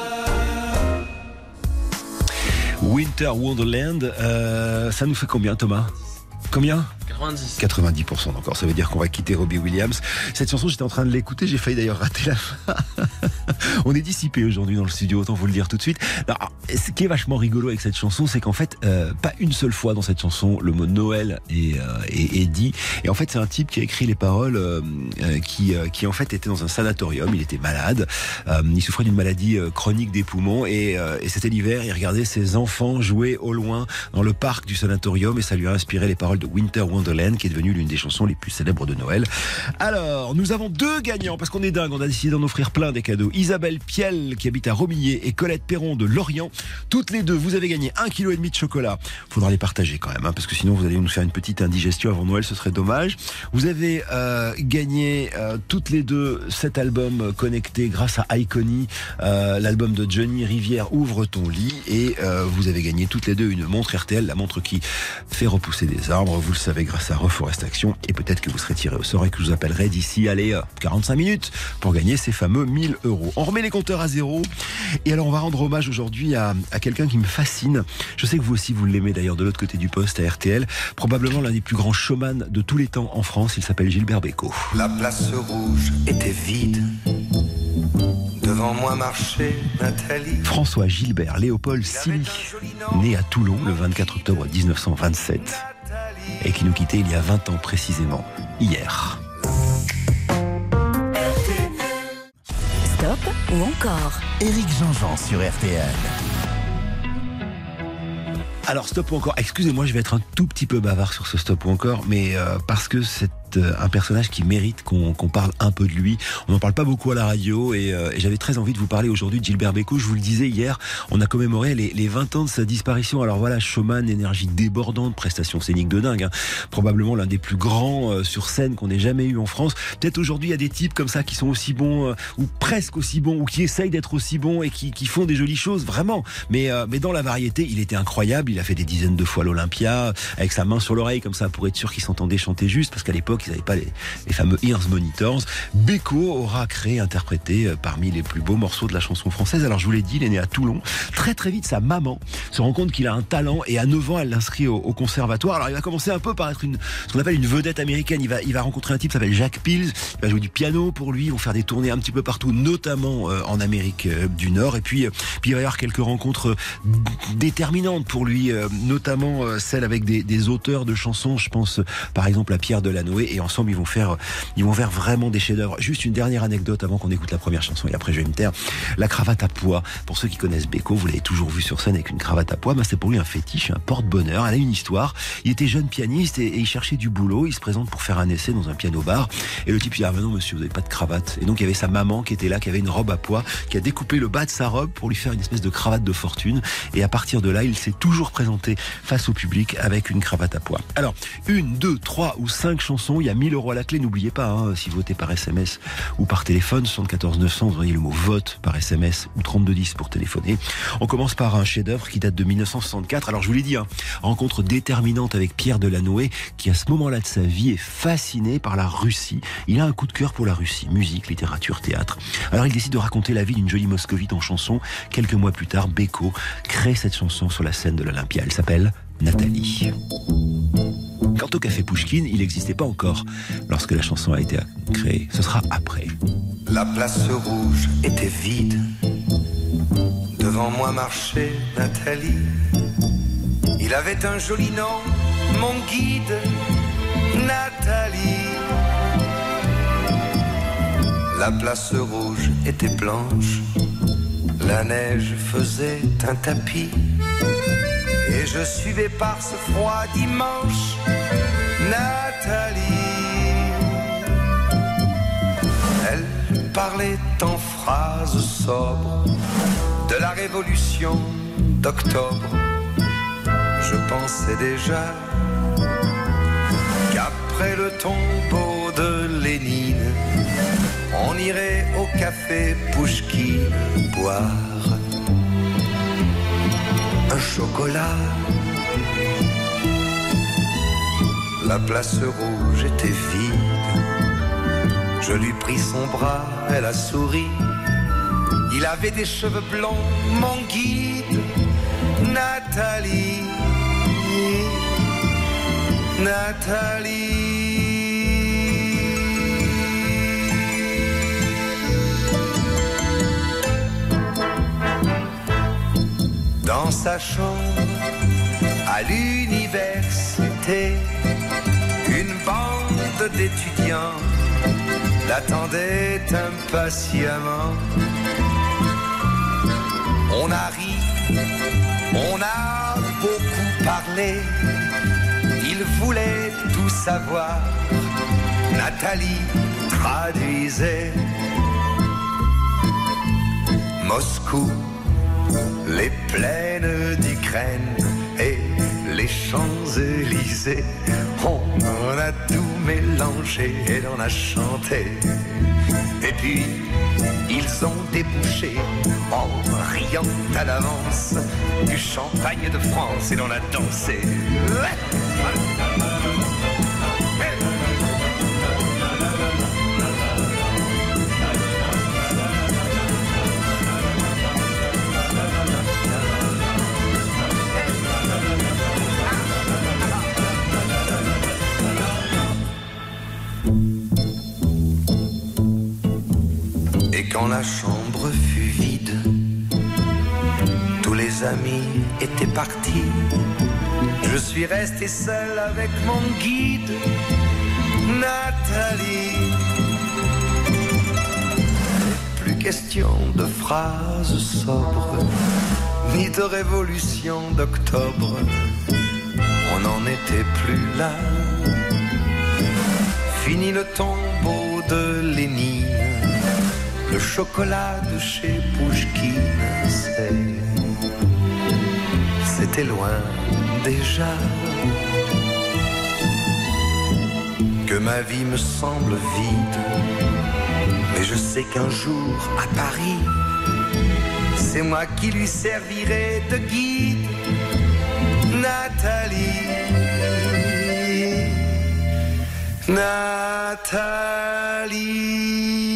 Winter Wonderland, euh, ça nous fait combien, Thomas? Combien? quatre-vingt-dix. quatre-vingt-dix pour cent encore, ça veut dire qu'on va quitter Robbie Williams. Cette chanson, j'étais en train de l'écouter, j'ai failli d'ailleurs rater la fin. On est dissipé aujourd'hui dans le studio, autant vous le dire tout de suite. Alors, ce qui est vachement rigolo avec cette chanson, c'est qu'en fait, euh, pas une seule fois dans cette chanson, le mot Noël est, euh, est, est dit. Et en fait, c'est un type qui a écrit les paroles, euh, qui, euh, qui en fait était dans un sanatorium, il était malade, euh, il souffrait d'une maladie euh, chronique des poumons, et, euh, et c'était l'hiver, il regardait ses enfants jouer au loin dans le parc du sanatorium, et ça lui a inspiré les paroles de Winter Wonderland, qui est devenue l'une des chansons les plus célèbres de Noël. Alors, nous avons deux gagnants, parce qu'on est dingue, on a décidé d'en offrir plein des cadeaux. Isabelle Piel, qui habite à Romillet, et Colette Perron de Lorient. Toutes les deux, vous avez gagné un kilo et demi de chocolat. Faudra les partager quand même, hein, parce que sinon vous allez nous faire une petite indigestion avant Noël, ce serait dommage. Vous avez euh, gagné euh, toutes les deux cet album connecté grâce à Icony, euh, l'album de Johnny Rivière, Ouvre ton lit, et euh, vous avez gagné toutes les deux une montre R T L, la montre qui fait repousser des arbres, vous le savez, grâce à Reforestation, et peut-être que vous serez tiré au sort et que je vous appellerai d'ici, allez, euh, quarante-cinq minutes pour gagner ces fameux mille euros. On remet les compteurs à zéro, et alors on va rendre hommage aujourd'hui à, à quelqu'un qui me fascine. Je sais que vous aussi vous l'aimez d'ailleurs de l'autre côté du poste à R T L, probablement l'un des plus grands showman de tous les temps en France, il s'appelle Gilbert Bécaud. La place rouge était vide. Devant moi marchait Nathalie. François Gilbert Léopold Silly, né à Toulon le vingt-quatre octobre dix-neuf cent vingt-sept et qui nous quittait il y a vingt ans précisément, hier. Stop ou encore Éric Jean-Jean sur R T L. Alors stop ou encore, excusez-moi, je vais être un tout petit peu bavard sur ce stop ou encore, mais euh, parce que c'est euh, un personnage qui mérite qu'on qu'on parle un peu de lui. On n'en parle pas beaucoup à la radio et, euh, et j'avais très envie de vous parler aujourd'hui de Gilbert Bécaud. Je vous le disais hier, on a commémoré les, les vingt ans de sa disparition. Alors voilà, showman, énergie débordante, prestation scénique de dingue, hein. Probablement l'un des plus grands euh, sur scène qu'on ait jamais eu en France. Peut-être aujourd'hui il y a des types comme ça qui sont aussi bons euh, ou presque aussi bons ou qui essayent d'être aussi bons et qui, qui font des jolies choses, vraiment. Mais, euh, mais dans la variété, il était incroyable. Il a fait des dizaines de fois l'Olympia avec sa main sur l'oreille comme ça pour être sûr qu'il s'entendait chanter juste, parce qu'à l'époque ils n'avaient pas les, les fameux ears monitors. Bécaud aura créé, interprété euh, parmi les plus beaux morceaux de la chanson française. Alors je vous l'ai dit, il est né à Toulon. Très très vite sa maman se rend compte qu'il a un talent et à neuf ans elle l'inscrit au, au conservatoire. Alors il va commencer un peu par être une, ce qu'on appelle une vedette américaine. Il va, il va rencontrer un type qui s'appelle Jack Pills. Il va jouer du piano pour lui. Ils vont faire des tournées un petit peu partout, notamment euh, en Amérique euh, du Nord. Et puis, euh, puis il va y avoir quelques rencontres euh, déterminantes pour lui, euh, notamment euh, celles avec des, des auteurs de chansons. Je pense euh, par exemple à Pierre Delanoë. Et ensemble ils vont faire, euh, ils vont faire vraiment des chefs-d'œuvre. Juste une dernière anecdote avant qu'on écoute la première chanson et après je vais me taire. La cravate à pois. Pour ceux qui connaissent Bécaud, vous l'avez toujours vu sur scène avec une cravate à pois. Ben, c'est pour lui un fétiche, un porte-bonheur. Elle a une histoire. Il était jeune pianiste et, et il cherchait du boulot. Il se présente pour faire un essai dans un piano-bar. Et le type il dit ah ben non monsieur, vous n'avez pas de cravate. Et donc il y avait sa maman qui était là, qui avait une robe à pois, qui a découpé le bas de sa robe pour lui faire une espèce de cravate de fortune. Et à partir de là, il s'est toujours présenté face au public avec une cravate à pois. Alors, une, deux, trois ou cinq chansons, il y a mille euros à la clé. N'oubliez pas, hein, si vous votez par S M S ou par téléphone, soixante-quatorze neuf cents, vous voyez le mot vote par S M S ou trente-deux dix pour téléphoner. On commence par un chef-d'œuvre qui date de mille neuf cent soixante-quatre. Alors je vous l'ai dit, hein, rencontre déterminante avec Pierre Delanoë, qui à ce moment-là de sa vie est fasciné par la Russie. Il a un coup de cœur pour la Russie, musique, littérature, théâtre. Alors il décide de raconter la vie d'une jolie moscovite en chanson. Quelques mois plus tard, Bécaud crée cette chanson sur la scène de l'Olympia. Elle s'appelle Nathalie. Quant au café Pouchkine, il n'existait pas encore lorsque la chanson a été créée. Ce sera après. La place rouge était vide. Devant moi marchait Nathalie. Il avait un joli nom, mon guide, Nathalie. La place rouge était blanche. La neige faisait un tapis. Et je suivais par ce froid dimanche Nathalie. Elle parlait en phrases sobres de la révolution d'octobre. Je pensais déjà qu'après le tombeau de Lénine, on irait au café Pouchkine boire un chocolat. La place rouge était vide. Je lui pris son bras, elle a souri. Il avait des cheveux blonds, mon guide, Nathalie. Nathalie. Dans sa chambre, à l'université, une bande d'étudiants l'attendait impatiemment. On a ri, on a beaucoup parlé, il voulait tout savoir. Nathalie traduisait. Moscou, les plaines d'Ukraine et les Champs-Élysées, on en a tout mélangé et l'on a chanté. Et puis ils ont débouché en riant à l'avance du champagne de France et l'on a dansé. Quand la chambre fut vide, tous les amis étaient partis. Je suis resté seul avec mon guide, Nathalie. Plus question de phrases sobres, ni de révolution d'octobre. On n'en était plus là. Fini le tombeau de Lénine, le chocolat de chez Pouchkine, c'est... c'était loin déjà. Que ma vie me semble vide, mais je sais qu'un jour à Paris, c'est moi qui lui servirai de guide. Nathalie, Nathalie.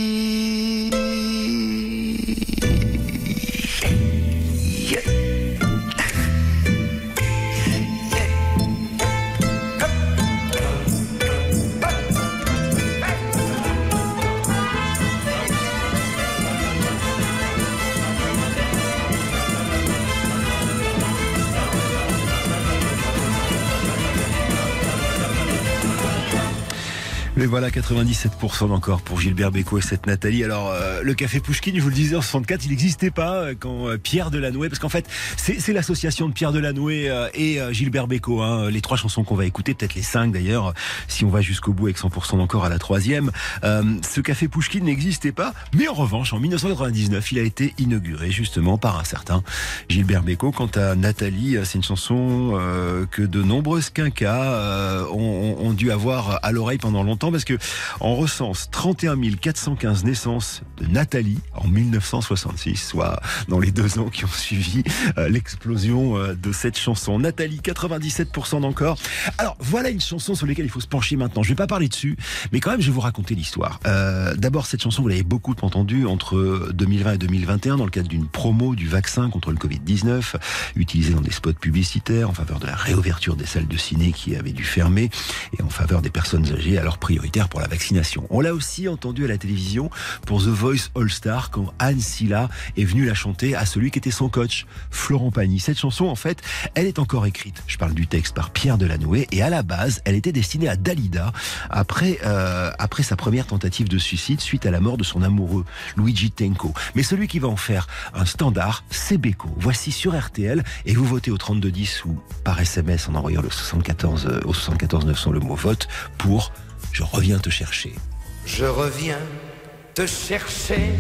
Mais voilà, quatre-vingt-dix-sept pour cent encore pour Gilbert Bécaud et cette Nathalie. Alors, euh, le café Pouchkine, je vous le disais, en soixante-quatre, il n'existait pas quand euh, Pierre Delanoë, parce qu'en fait, c'est, c'est l'association de Pierre Delanoë euh, et euh, Gilbert Bécaud. Hein, les trois chansons qu'on va écouter, peut-être les cinq d'ailleurs, si on va jusqu'au bout avec cent pour cent encore à la troisième. Euh, ce café Pouchkine n'existait pas, mais en revanche, en dix-neuf cent quatre-vingt-dix-neuf, il a été inauguré justement par un certain Gilbert Bécaud. Quant à Nathalie, c'est une chanson euh, que de nombreuses quinquas euh, ont, ont dû avoir à l'oreille pendant longtemps, parce que on recense trente et un mille quatre cent quinze naissances de Nathalie en dix-neuf cent soixante-six, soit dans les deux ans qui ont suivi euh, l'explosion euh, de cette chanson. Nathalie, quatre-vingt-dix-sept pour cent d'encore. Alors voilà une chanson sur laquelle il faut se pencher maintenant. Je vais pas parler dessus, mais quand même je vais vous raconter l'histoire. Euh, d'abord, cette chanson, vous l'avez beaucoup entendue entre deux mille vingt et deux mille vingt et un dans le cadre d'une promo du vaccin contre le covid dix-neuf, utilisée dans des spots publicitaires en faveur de la réouverture des salles de ciné qui avaient dû fermer et en faveur des personnes âgées alors prioritaires pour la vaccination. On l'a aussi entendu à la télévision pour The Voice All Star quand Anne Silla est venue la chanter à celui qui était son coach, Florent Pagny. Cette chanson, en fait, elle est encore écrite, je parle du texte, par Pierre Delanoë, et à la base, elle était destinée à Dalida après, euh, après sa première tentative de suicide suite à la mort de son amoureux, Luigi Tenco. Mais celui qui va en faire un standard, c'est Bécaud. Voici sur R T L, et vous votez au trente-deux dix ou par S M S en envoyant le soixante-quatorze, euh, au soixante-quatorze neuf cents le mot vote pour Je reviens te chercher. Je reviens te chercher.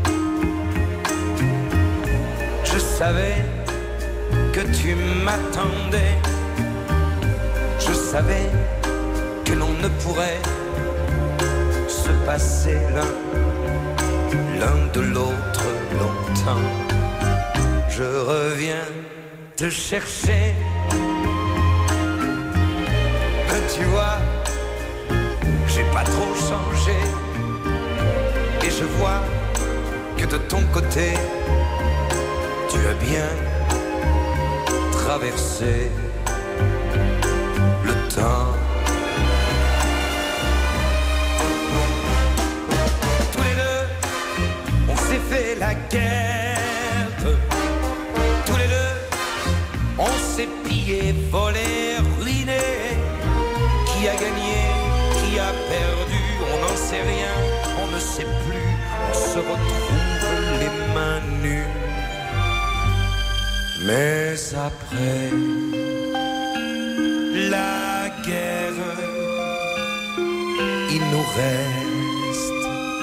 Je savais que tu m'attendais. Je savais que l'on ne pourrait se passer l'un, l'un de l'autre longtemps. Je reviens te chercher. Tu vois, j'ai pas trop changé. Et je vois que de ton côté, tu as bien traversé le temps. Tous les deux, on s'est fait la guerre. Tous les deux, on s'est pillé, volé, ruiné. Qui a gagné, qui a perdu, on n'en sait rien, on ne sait plus, on se retrouve les mains nues. Mais après la guerre, il nous reste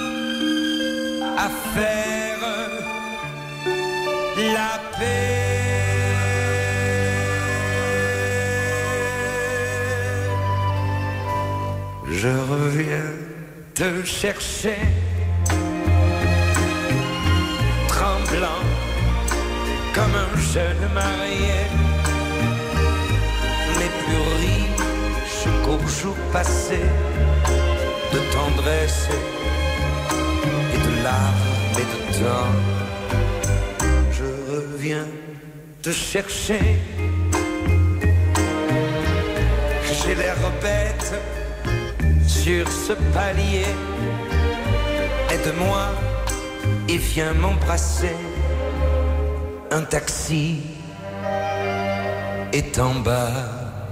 à faire la paix. Je reviens te chercher, tremblant comme un jeune marié, mais plus riche qu'au jour passé, de tendresse et de larmes et de temps. Je reviens te chercher, j'ai l'air bête sur ce palier, aide-moi et viens m'embrasser. Un taxi est en bas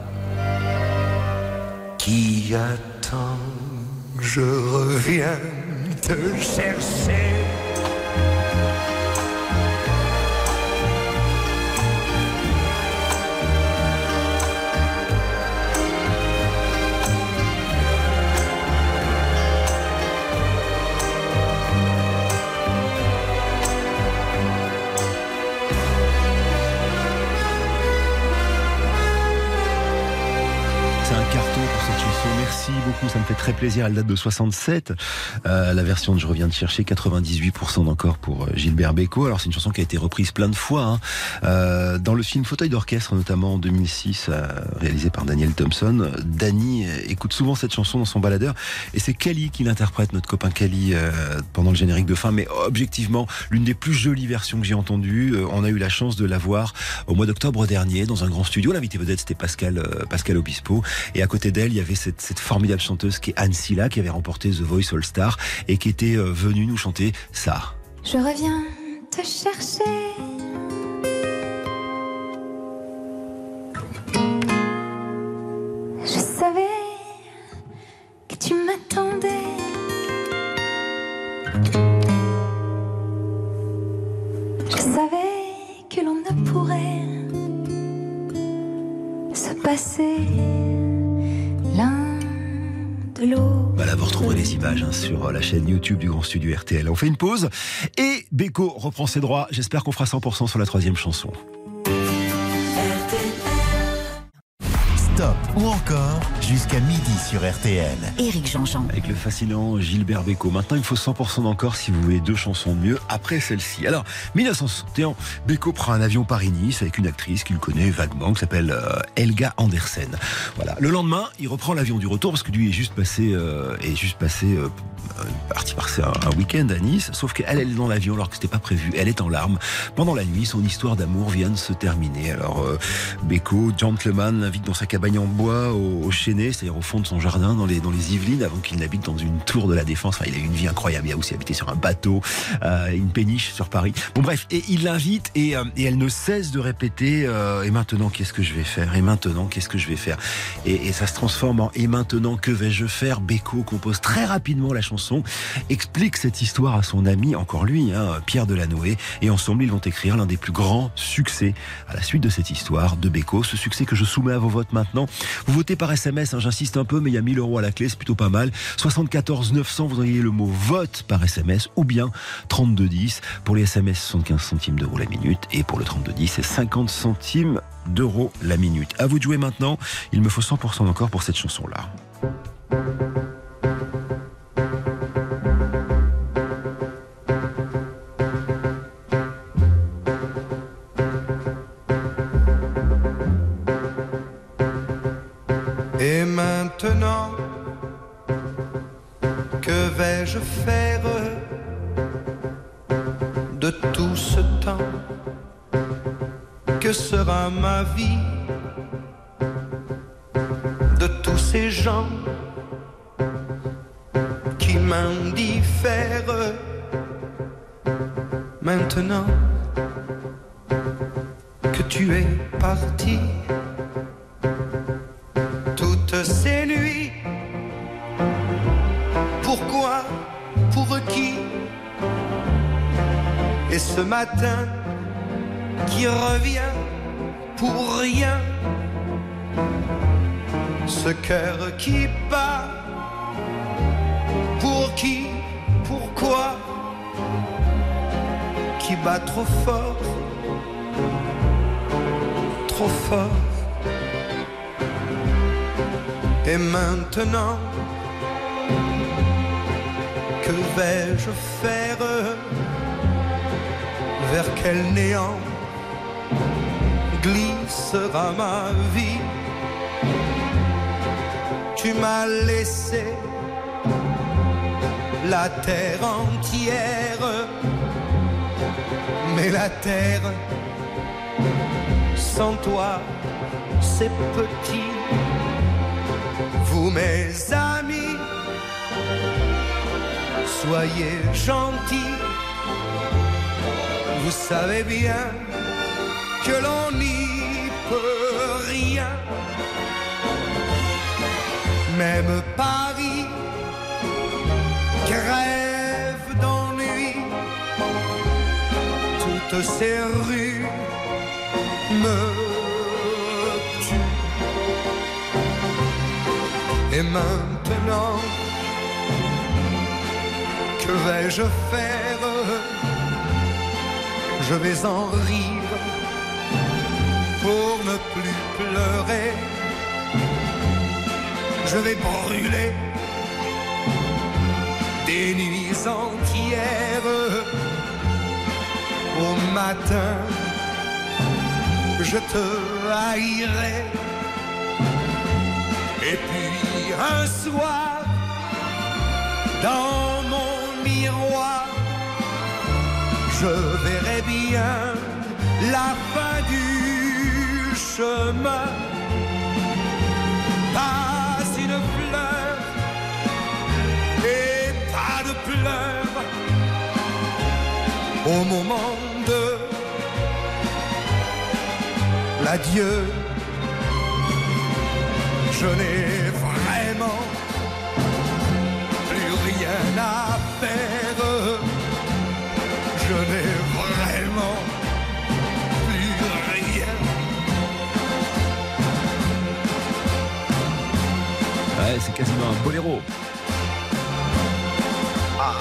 qui attend. Je reviens te chercher. beaucoup, ça me fait très plaisir. Elle date de soixante-sept. Euh, la version de Je reviens de chercher, quatre-vingt-dix-huit pour cent d'encore pour Gilbert Bécaud. Alors c'est une chanson qui a été reprise plein de fois, hein. euh, dans le film Fauteuil d'orchestre, notamment en deux mille six, euh, réalisé par Daniel Thompson. Danny écoute souvent cette chanson dans son baladeur, et c'est Kali qui l'interprète, notre copain Kali, euh, pendant le générique de fin. Mais objectivement, l'une des plus jolies versions que j'ai entendues. Euh, on a eu la chance de la voir au mois d'octobre dernier dans un grand studio. L'invité vedette, c'était Pascal, euh, Pascal Obispo, et à côté d'elle, il y avait cette, cette formidable chanteuse qui est Anne Silla, qui avait remporté The Voice All Star et qui était euh, venue nous chanter ça. Je reviens te chercher. Je savais que tu m'attendais. Je savais que l'on ne pourrait se passer l'un de l'autre. Voilà, vous retrouvez les images, hein, sur la chaîne YouTube du Grand Studio R T L. On fait une pause et Bécaud reprend ses droits. J'espère qu'on fera cent pour cent sur la troisième chanson. Stop ou encore jusqu'à midi sur R T L. Éric Jean-Jean. Avec le fascinant Gilbert Bécaud. Maintenant, il faut cent pour cent d'encore si vous voulez deux chansons de mieux après celle-ci. Alors, mille neuf cent soixante et un, Bécaud prend un avion Paris-Nice avec une actrice qu'il connaît vaguement, qui s'appelle euh, Helga Andersen. Voilà. Le lendemain, il reprend l'avion du retour parce que lui est juste passé, euh, est juste passé, euh, parti passer un, un week-end à Nice. Sauf qu'elle, elle est dans l'avion alors que c'était pas prévu. Elle est en larmes. Pendant la nuit, son histoire d'amour vient de se terminer. Alors, euh, Bécaud, gentleman, l'invite dans sa cabane en bois au, au Chênay, c'est-à-dire au fond de son jardin dans les, dans les Yvelines, avant qu'il n'habite dans une tour de la Défense. Enfin, il a eu une vie incroyable. Il a aussi habité sur un bateau, euh, une péniche sur Paris. Bon bref, et il l'invite et, euh, et elle ne cesse de répéter euh, et maintenant qu'est-ce que je vais faire, et maintenant qu'est-ce que je vais faire, et, et ça se transforme en et maintenant que vais-je faire. Bécaud compose très rapidement la chanson, explique cette histoire à son ami, encore lui, hein, Pierre Delanoë, et ensemble ils vont écrire l'un des plus grands succès à la suite de cette histoire de Bécaud, ce succès que je soumets à vos votes maintenant. Vous votez par S M S, hein, j'insiste un peu, mais il y a mille euros à la clé, c'est plutôt pas mal. soixante-quatorze neuf cents, vous envoyez le mot vote par S M S, ou bien trente-deux dix. Pour les S M S, soixante-quinze centimes d'euros la minute, et pour le trente-deux dix, c'est cinquante centimes d'euros la minute. À vous de jouer maintenant, il me faut cent pour cent encore pour cette chanson-là. Et maintenant, que vais-je faire de tout ce temps? Que sera ma vie de tous ces gens qui m'indiffèrent? Maintenant que tu es parti, toutes ces nuits, pourquoi, pour qui? Et ce matin qui revient pour rien, ce cœur qui bat, pour qui, pourquoi, qui bat trop fort, trop fort. Et maintenant, que vais-je faire? Vers quel néant glissera ma vie? Tu m'as laissé la terre entière, mais la terre sans toi c'est petit. Vous mes amis, soyez gentils, vous savez bien que l'on n'y peut rien. Même Paris crève d'ennui, toutes ces rues me tuent. Et maintenant, que vais-je faire? Je vais en rire pour ne plus pleurer. je vais brûler des nuits entières. Au matin, je te haïrai. Et puis un soir, dans mon miroir, je verrai bien la fin du chemin. Pas une fleur et pas de pleurs au moment de l'adieu. Je n'ai vraiment plus rien à faire. Je n'ai vraiment plus rien. Ouais, c'est quasiment un boléro. Ah.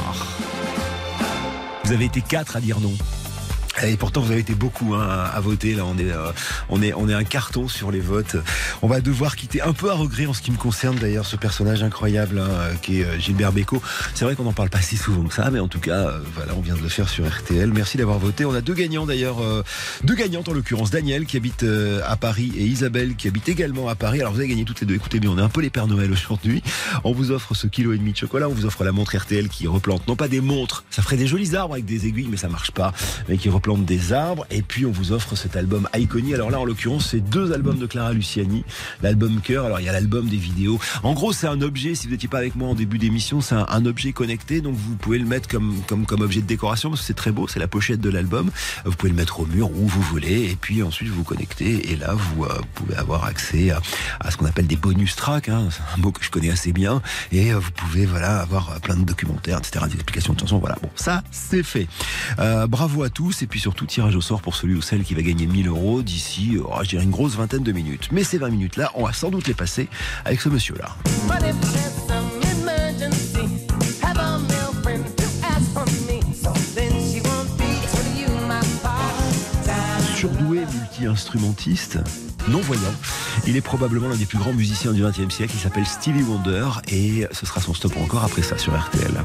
Vous avez été quatre à dire non. Et pourtant vous avez été beaucoup hein, à voter. Là on est, euh, on est, on est un carton sur les votes. On va devoir quitter un peu à regret en ce qui me concerne d'ailleurs ce personnage incroyable hein, qui est euh, Gilbert Bécaud. C'est vrai qu'on n'en parle pas si souvent que ça, mais en tout cas euh, voilà, on vient de le faire sur R T L. Merci d'avoir voté. On a deux gagnants d'ailleurs, euh, deux gagnantes en l'occurrence, Daniel qui habite euh, à Paris et Isabelle qui habite également à Paris. Alors vous avez gagné toutes les deux. Écoutez bien, on est un peu les Pères Noël aujourd'hui. On vous offre ce kilo et demi de chocolat. On vous offre la montre R T L qui replante non pas des montres, ça ferait des jolis arbres avec des aiguilles, mais ça marche pas, mais qui replante des arbres. Et puis on vous offre cet album Iconi. Alors là en l'occurrence c'est deux albums de Clara Luciani, l'album Cœur, alors il y a l'album des vidéos. En gros c'est un objet, si vous n'étiez pas avec moi en début d'émission, c'est un, un objet connecté, donc vous pouvez le mettre comme, comme, comme objet de décoration parce que c'est très beau, c'est la pochette de l'album. Vous pouvez le mettre au mur où vous voulez et puis ensuite vous vous connectez et là vous euh, pouvez avoir accès à, à ce qu'on appelle des bonus tracks, hein. C'est un mot que je connais assez bien et euh, vous pouvez voilà, avoir plein de documentaires, et cetera, des explications de chansons, voilà, bon ça c'est fait. Euh, bravo à tous et puis surtout tirage au sort pour celui ou celle qui va gagner mille euros d'ici, oh, je dirais une grosse vingtaine de minutes. Mais ces vingt minutes là, on va sans doute les passer avec ce monsieur là. Surdoué multi-instrumentiste, non-voyant. Il est probablement l'un des plus grands musiciens du vingtième siècle. Il s'appelle Stevie Wonder et ce sera son stop encore après ça sur R T L.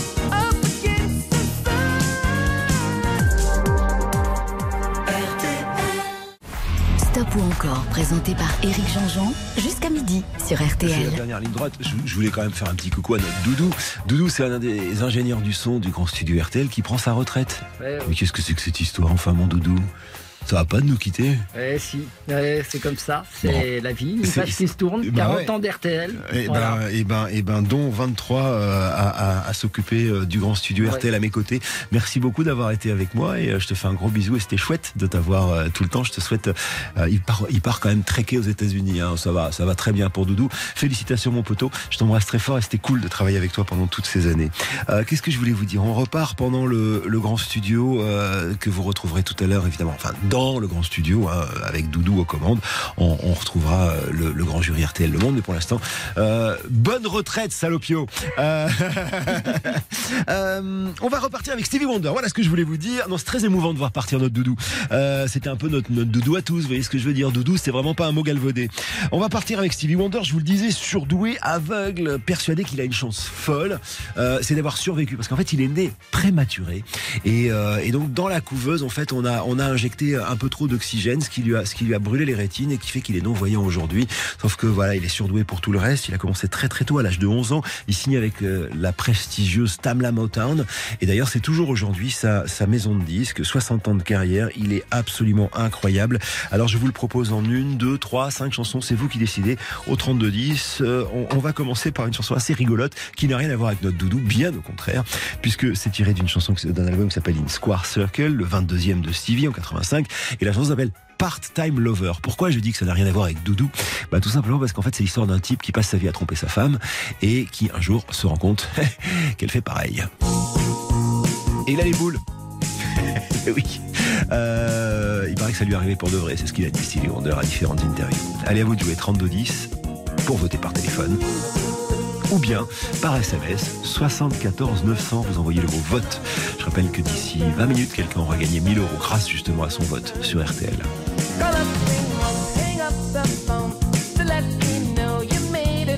Stop ou encore, présenté par Éric Jean-Jean, jusqu'à midi sur R T L. C'est la dernière ligne droite. Je, je voulais quand même faire un petit coucou à notre Doudou. Doudou, c'est un des ingénieurs du son du grand studio R T L qui prend sa retraite. Ouais, ouais. Mais qu'est-ce que c'est que cette histoire, enfin, mon Doudou ? Ça va pas de nous quitter. Eh si, eh, c'est comme ça, c'est bon. La vie, une page qui se tourne, bah quarante ouais. ans d'R T L. Et voilà. ben, et ben, et ben, dont vingt-trois euh, à, à, à s'occuper euh, du grand studio ouais. R T L à mes côtés. Merci beaucoup d'avoir été avec moi et euh, je te fais un gros bisou et c'était chouette de t'avoir euh, tout le temps. Je te souhaite, euh, il part, il part quand même trekker aux États-Unis. Hein. Ça va, ça va très bien pour Doudou. Félicitations mon poteau. Je t'embrasse très fort et c'était cool de travailler avec toi pendant toutes ces années. Euh, qu'est-ce que je voulais vous dire ? On repart pendant le, le grand studio euh, que vous retrouverez tout à l'heure évidemment. Enfin, dans le grand studio. Hein, avec Doudou aux commandes, on, on retrouvera le, le grand jury R T L Le Monde, mais pour l'instant, euh, bonne retraite, salopio. Euh, euh, on va repartir avec Stevie Wonder. Voilà ce que je voulais vous dire. Non, c'est très émouvant de voir partir notre Doudou. Euh, c'était un peu notre, notre Doudou à tous. Vous voyez ce que je veux dire ? Doudou, c'était vraiment pas un mot galvaudé. On va partir avec Stevie Wonder. Je vous le disais, surdoué, aveugle, persuadé qu'il a une chance folle. Euh, c'est d'avoir survécu, parce qu'en fait, il est né prématuré. Et, euh, et donc, dans la couveuse, en fait, on a, on a injecté un peu trop d'oxygène. Ce qui, lui a, ce qui lui a brûlé les rétines et qui fait qu'il est non-voyant aujourd'hui. Sauf que voilà, il est surdoué pour tout le reste. Il a commencé très très tôt, à l'âge de onze ans. Il signe avec euh, la prestigieuse Tamla Motown. Et d'ailleurs, c'est toujours aujourd'hui sa, sa maison de disques. soixante ans de carrière. Il est absolument incroyable. Alors, je vous le propose en une, deux, trois, cinq chansons. C'est vous qui décidez. Au trente-deux dix, euh, on, on va commencer par une chanson assez rigolote qui n'a rien à voir avec notre Doudou, bien au contraire, puisque c'est tiré d'une chanson, d'un album qui s'appelle In Square Circle, le vingt-deuxième de Stevie en quatre-vingt-cinq. Et la chanson s'appelle Part-Time Lover. Pourquoi je dis que ça n'a rien à voir avec Doudou ? Bah, tout simplement parce qu'en fait c'est l'histoire d'un type qui passe sa vie à tromper sa femme et qui un jour se rend compte qu'elle fait pareil. Et il a les boules. Oui. Euh, il paraît que ça lui est arrivé pour de vrai, c'est ce qu'il a dit Stevie Wonder à différentes interviews. Allez, à vous de jouer trente-deux dix pour voter par téléphone ou bien par S M S soixante-quatorze neuf cents, vous envoyez le mot vote. Je rappelle que d'ici vingt minutes, quelqu'un aura gagné mille euros grâce justement à son vote sur R T L.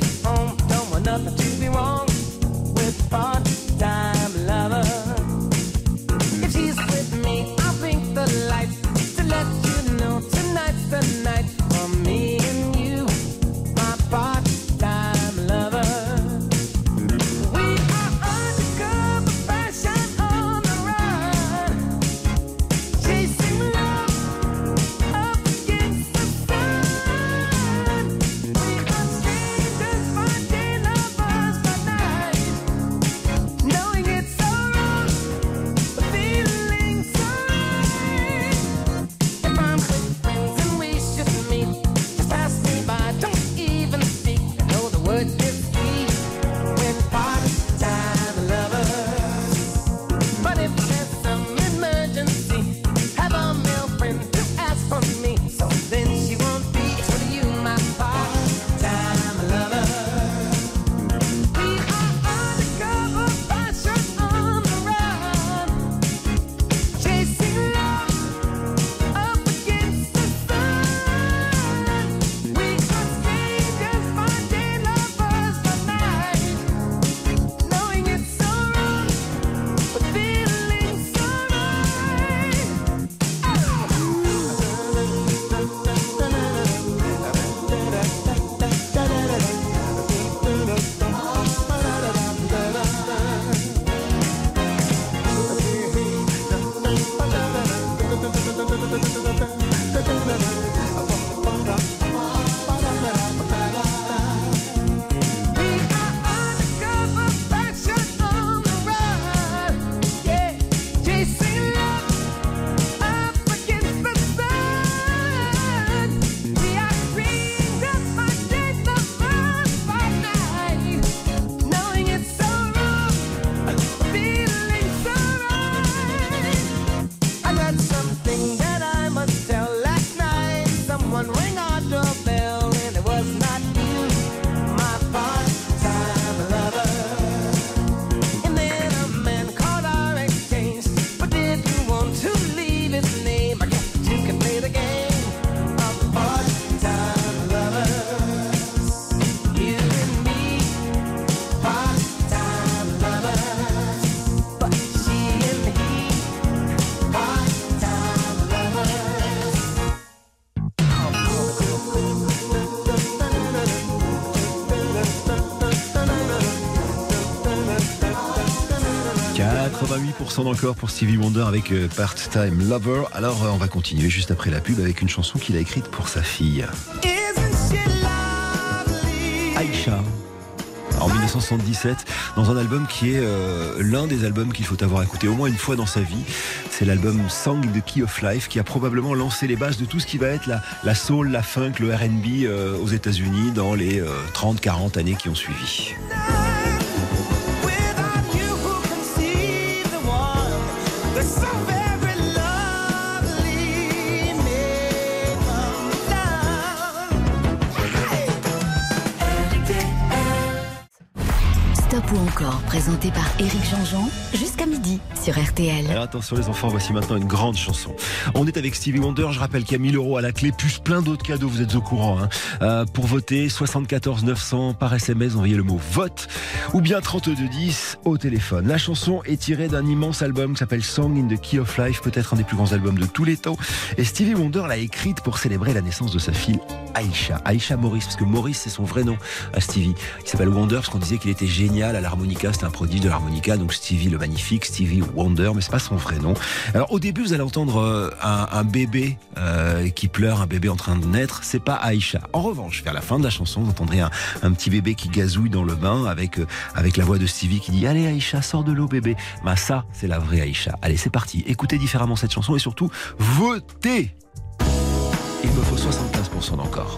pour cent d'encore pour Stevie Wonder avec euh, Part-Time Lover. Alors euh, on va continuer juste après la pub avec une chanson qu'il a écrite pour sa fille. Aïcha. En dix-neuf cent soixante-dix-sept, dans un album qui est euh, l'un des albums qu'il faut avoir écouté au moins une fois dans sa vie. C'est l'album Song in the Key of Life qui a probablement lancé les bases de tout ce qui va être la, la soul, la funk, le R and B euh, aux États-Unis dans les euh, trente quarante années qui ont suivi. Stop ou encore, présenté par Éric Jean-Jean, jusqu'à midi sur R T L. Alors attention les enfants, voici maintenant une grande chanson. On est avec Stevie Wonder, je rappelle qu'il y a mille euros à la clé, plus plein d'autres cadeaux, vous êtes au courant. Hein. Euh, pour voter, soixante-quatorze neuf cents par S M S, envoyez le mot vote, ou bien trente-deux dix au téléphone. La chanson est tirée d'un immense album qui s'appelle Song in the Key of Life, peut-être un des plus grands albums de tous les temps. Et Stevie Wonder l'a écrite pour célébrer la naissance de sa fille Aïcha. Aïcha Maurice, parce que Maurice c'est son vrai nom à Stevie. Il s'appelle Wonder parce qu'on disait qu'il était génial à l'harmonica, c'était un prodige de l'harmonica, donc Stevie le magnifique, Stevie Wonder, mais c'est pas son vrai nom. Alors au début vous allez entendre euh, un, un bébé euh, qui pleure, un bébé en train de naître, c'est pas Aïcha. En revanche, vers la fin de la chanson, vous entendrez un, un petit bébé qui gazouille dans le bain avec, euh, avec la voix de Stevie qui dit « Allez Aïcha, sors de l'eau bébé ». Bah ça, c'est la vraie Aïcha. Allez, c'est parti, écoutez différemment cette chanson et surtout, votez. Il me faut soixante-quinze pour cent d'encore.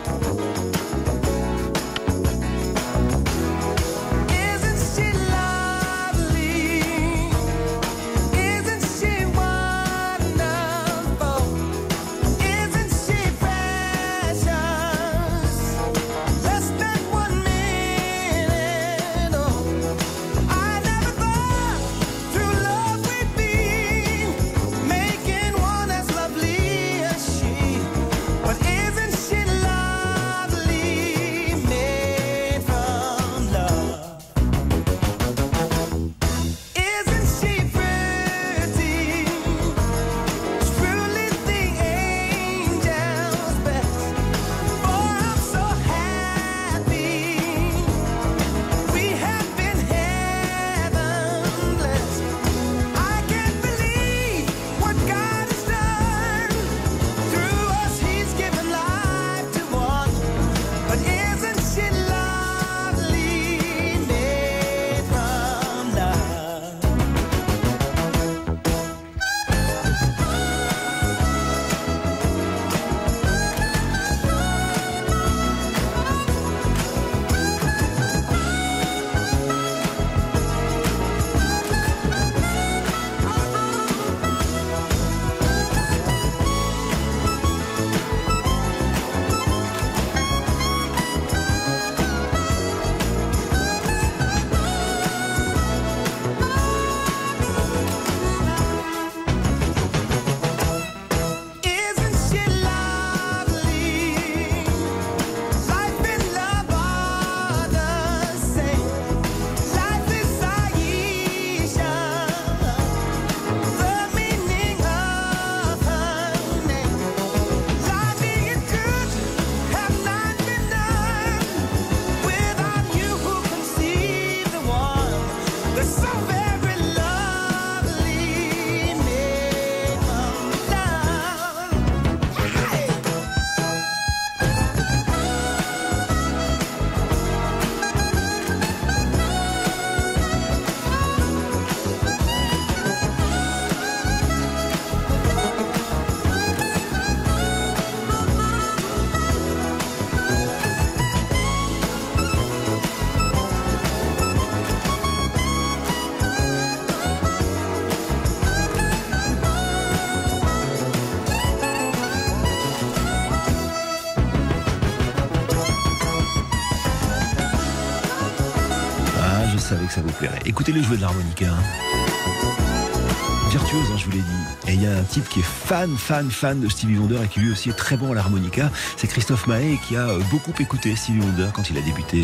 Je savais que ça vous plairait. Écoutez-le jouer de l'harmonica. Hein. Virtuose, hein, je vous l'ai dit. Et il y a un type qui est fan, fan, fan de Stevie Wonder et qui lui aussi est très bon à l'harmonica. C'est Christophe Maé qui a beaucoup écouté Stevie Wonder quand il a débuté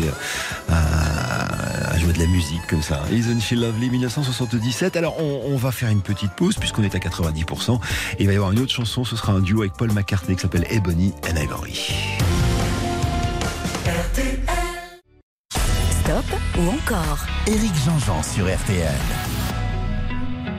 à, à jouer de la musique comme ça. Isn't She Lovely, dix-neuf cent soixante-dix-sept. Alors on, on va faire une petite pause puisqu'on est à quatre-vingt-dix pour cent. Et il va y avoir une autre chanson, ce sera un duo avec Paul McCartney qui s'appelle Ebony and Ivory. Stop ou encore Éric Jean-Jean sur R T L.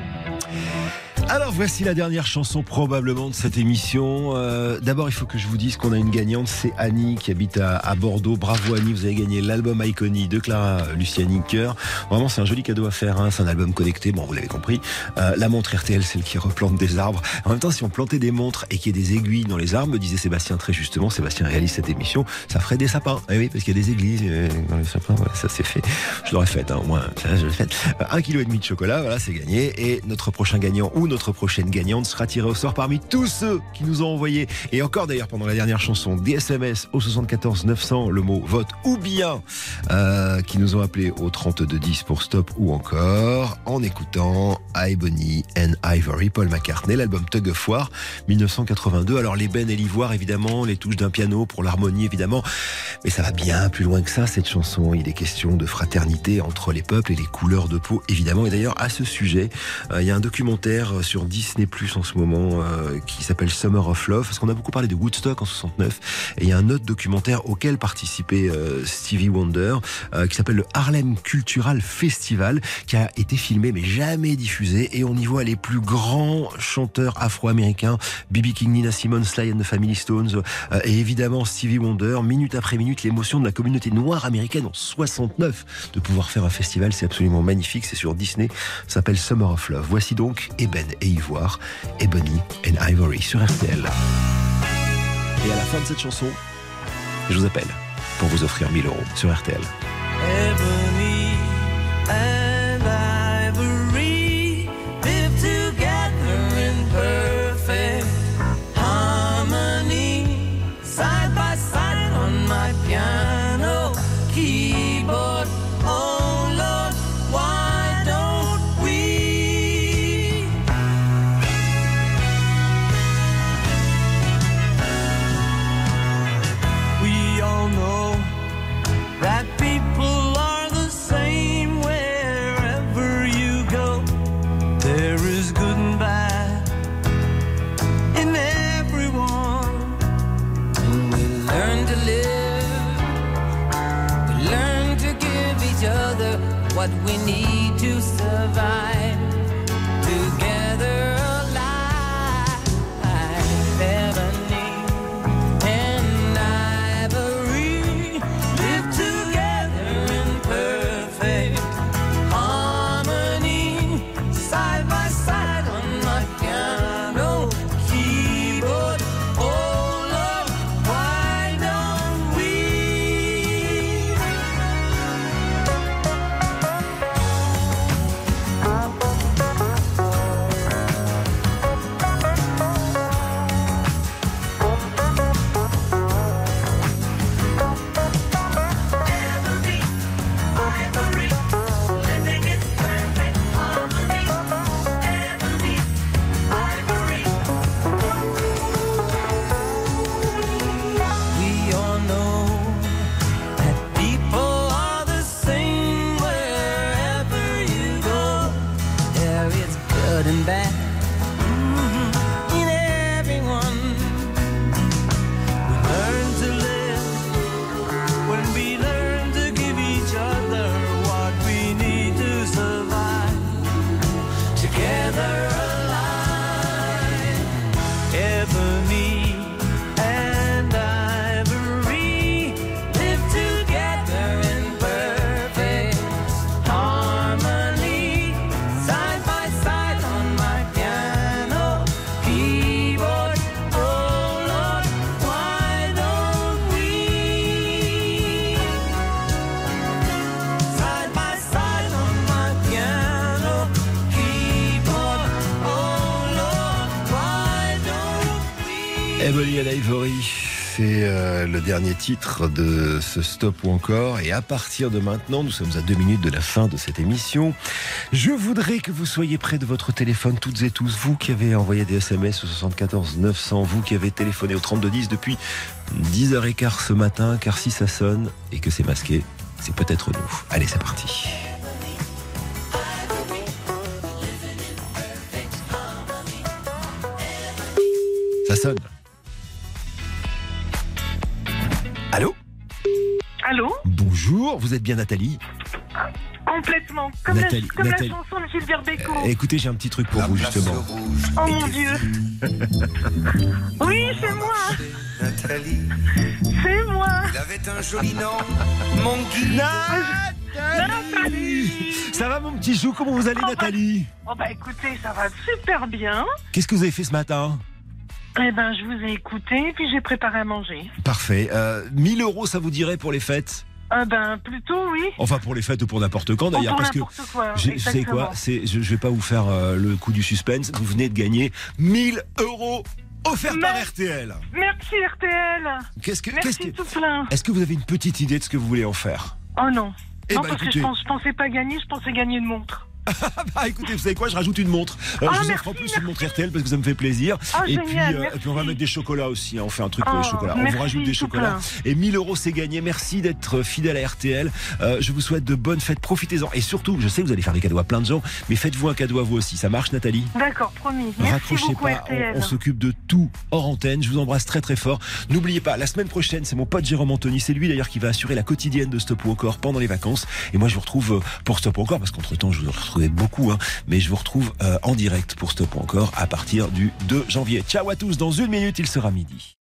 Alors voici la dernière chanson probablement de cette émission. Euh, d'abord il faut que je vous dise qu'on a une gagnante, c'est Annie qui habite à, à Bordeaux. Bravo Annie, vous avez gagné l'album Iconi de Clara Luciani Cœur. Vraiment c'est un joli cadeau à faire, hein. C'est un album connecté, bon vous l'avez compris. Euh, la montre R T L, celle qui replante des arbres. En même temps si on plantait des montres et qu'il y ait des aiguilles dans les arbres, me disait Sébastien très justement, Sébastien réalise cette émission, ça ferait des sapins. Eh oui parce qu'il y a des églises euh, dans les sapins, voilà, ça c'est fait. Je l'aurais fait, hein, au moins ça je l'ai fait. Un kilo et demi de chocolat, voilà c'est gagné. Et notre prochain gagnant ou notre prochaine gagnante sera tiré au sort parmi tous ceux qui nous ont envoyé, et encore d'ailleurs pendant la dernière chanson, des S M S au soixante-quatorze neuf cents, le mot vote, ou bien euh, qui nous ont appelé au trente-deux dix pour Stop ou encore en écoutant Ebony and Ivory, Paul McCartney, l'album Tug of War mille neuf cent quatre-vingt-deux. Alors l'ébène et l'ivoire évidemment, les touches d'un piano pour l'harmonie évidemment, mais ça va bien plus loin que ça cette chanson. Il est question de fraternité entre les peuples et les couleurs de peau évidemment. Et d'ailleurs à ce sujet, euh, il y a un documentaire sur Disney plus en ce moment euh, qui s'appelle Summer of Love, parce qu'on a beaucoup parlé de Woodstock en soixante-neuf, et il y a un autre documentaire auquel participait euh, Stevie Wonder euh, qui s'appelle le Harlem Cultural Festival, qui a été filmé mais jamais diffusé, et on y voit les plus grands chanteurs afro-américains, B B King, Nina Simone, Sly and the Family Stones euh, et évidemment Stevie Wonder. Minute après minute, l'émotion de la communauté noire américaine en soixante-neuf de pouvoir faire un festival, c'est absolument magnifique, c'est sur Disney, ça s'appelle Summer of Love. Voici donc Ébène et Ivoire, Ebony and Ivory sur R T L. Et à la fin de cette chanson, je vous appelle pour vous offrir mille euros sur R T L. Ebony and ivory live together in perfect harmony, side by side on my piano keyboard. Oh Lord, why don't we? We all know that people are the same wherever you go. There is good and bad in everyone, and we learn to live, we learn to give each other what we need to survive. Together alive, ebony and ivory live together in perfect harmony, side by side on my piano keyboard. Oh Lord, why don't we? We all know that people are the same wherever you go. There is good and bad mhm, in everyone. We learn to live when we learn to give each other what we need to survive. Together alive, ebony and ivory live together in perfect harmony, side by side on my piano keyboard. Oh Lord, why don't we? Side by side on my piano keyboard. Oh Lord, why don't we? Ebony and Ivory, c'est euh, le dernier titre de ce Stop ou encore, et à partir de maintenant, nous sommes à deux minutes de la fin de cette émission. Je voudrais que vous soyez près de votre téléphone, toutes et tous, vous qui avez envoyé des S M S au soixante-quatorze neuf cents, vous qui avez téléphoné au trente-deux dix depuis dix heures quinze ce matin, car si ça sonne et que c'est masqué, c'est peut-être nous. Allez, c'est parti. Ça sonne. Allô ? Allô ? Bonjour, vous êtes bien Nathalie ? Complètement. Comme, Nathalie, la, comme Nathalie. la chanson de Gilbert Bécaud. Euh, écoutez, j'ai un petit truc pour La vous, place justement. rouge Oh mon était Dieu. vide. Oui, c'est moi. Nathalie, C'est moi. il avait un joli nom, mon guide. Nathalie. Ça va, mon petit chou? Comment vous allez, Oh, bah- Nathalie? Oh bah écoutez, ça va super bien. Qu'est-ce que vous avez fait ce matin? Eh ben, je vous ai écouté, puis j'ai préparé à manger. Parfait. Euh, mille euros, ça vous dirait pour les fêtes? Ah ben, plutôt oui. Enfin, pour les fêtes ou pour n'importe quand, Ou d'ailleurs. pour Parce que n'importe quoi. je- vous savez exactement. quoi? C'est, je, je vais pas vous faire euh, le coup du suspense. Vous venez de gagner mille euros offerts Mais- par R T L. Merci R T L. Qu'est-ce que, Merci qu'est-ce que- tout plein. Est-ce que vous avez une petite idée de ce que vous voulez en faire? Oh non. Eh non, ben, parce écoutez. que je, pense, je pensais pas gagner, je pensais gagner une montre. Bah écoutez, vous savez quoi, je rajoute une montre. Euh, Ah, je vous merci, offre en plus merci. une montre R T L parce que ça me fait plaisir. Ah, et, génial, puis, euh, merci. et puis on va mettre des chocolats aussi, hein. On fait un truc pour Oh, les chocolats. On merci, vous rajoute des tout chocolats. Et mille euros c'est gagné. Merci d'être fidèle à R T L. Euh, je vous souhaite de bonnes fêtes, profitez-en. Et surtout, je sais que vous allez faire des cadeaux à plein de gens, mais faites-vous un cadeau à vous aussi. Ça marche, Nathalie? D'accord, promis. Merci Raccrochez beaucoup pas, R T L. on, on s'occupe de tout hors antenne. Je vous embrasse très très fort. N'oubliez pas, la semaine prochaine, c'est mon pote Jérôme Anthony. C'est lui d'ailleurs qui va assurer la quotidienne de Stop ou Encore pendant les vacances. Et moi, je vous retrouve euh, pour Stop ou Encore, parce qu'entre temps, je vous retrouvais beaucoup, hein, mais je vous retrouve euh, en direct pour Stop ou Encore à partir du deux janvier. Ciao à tous. Dans une minute, il sera midi.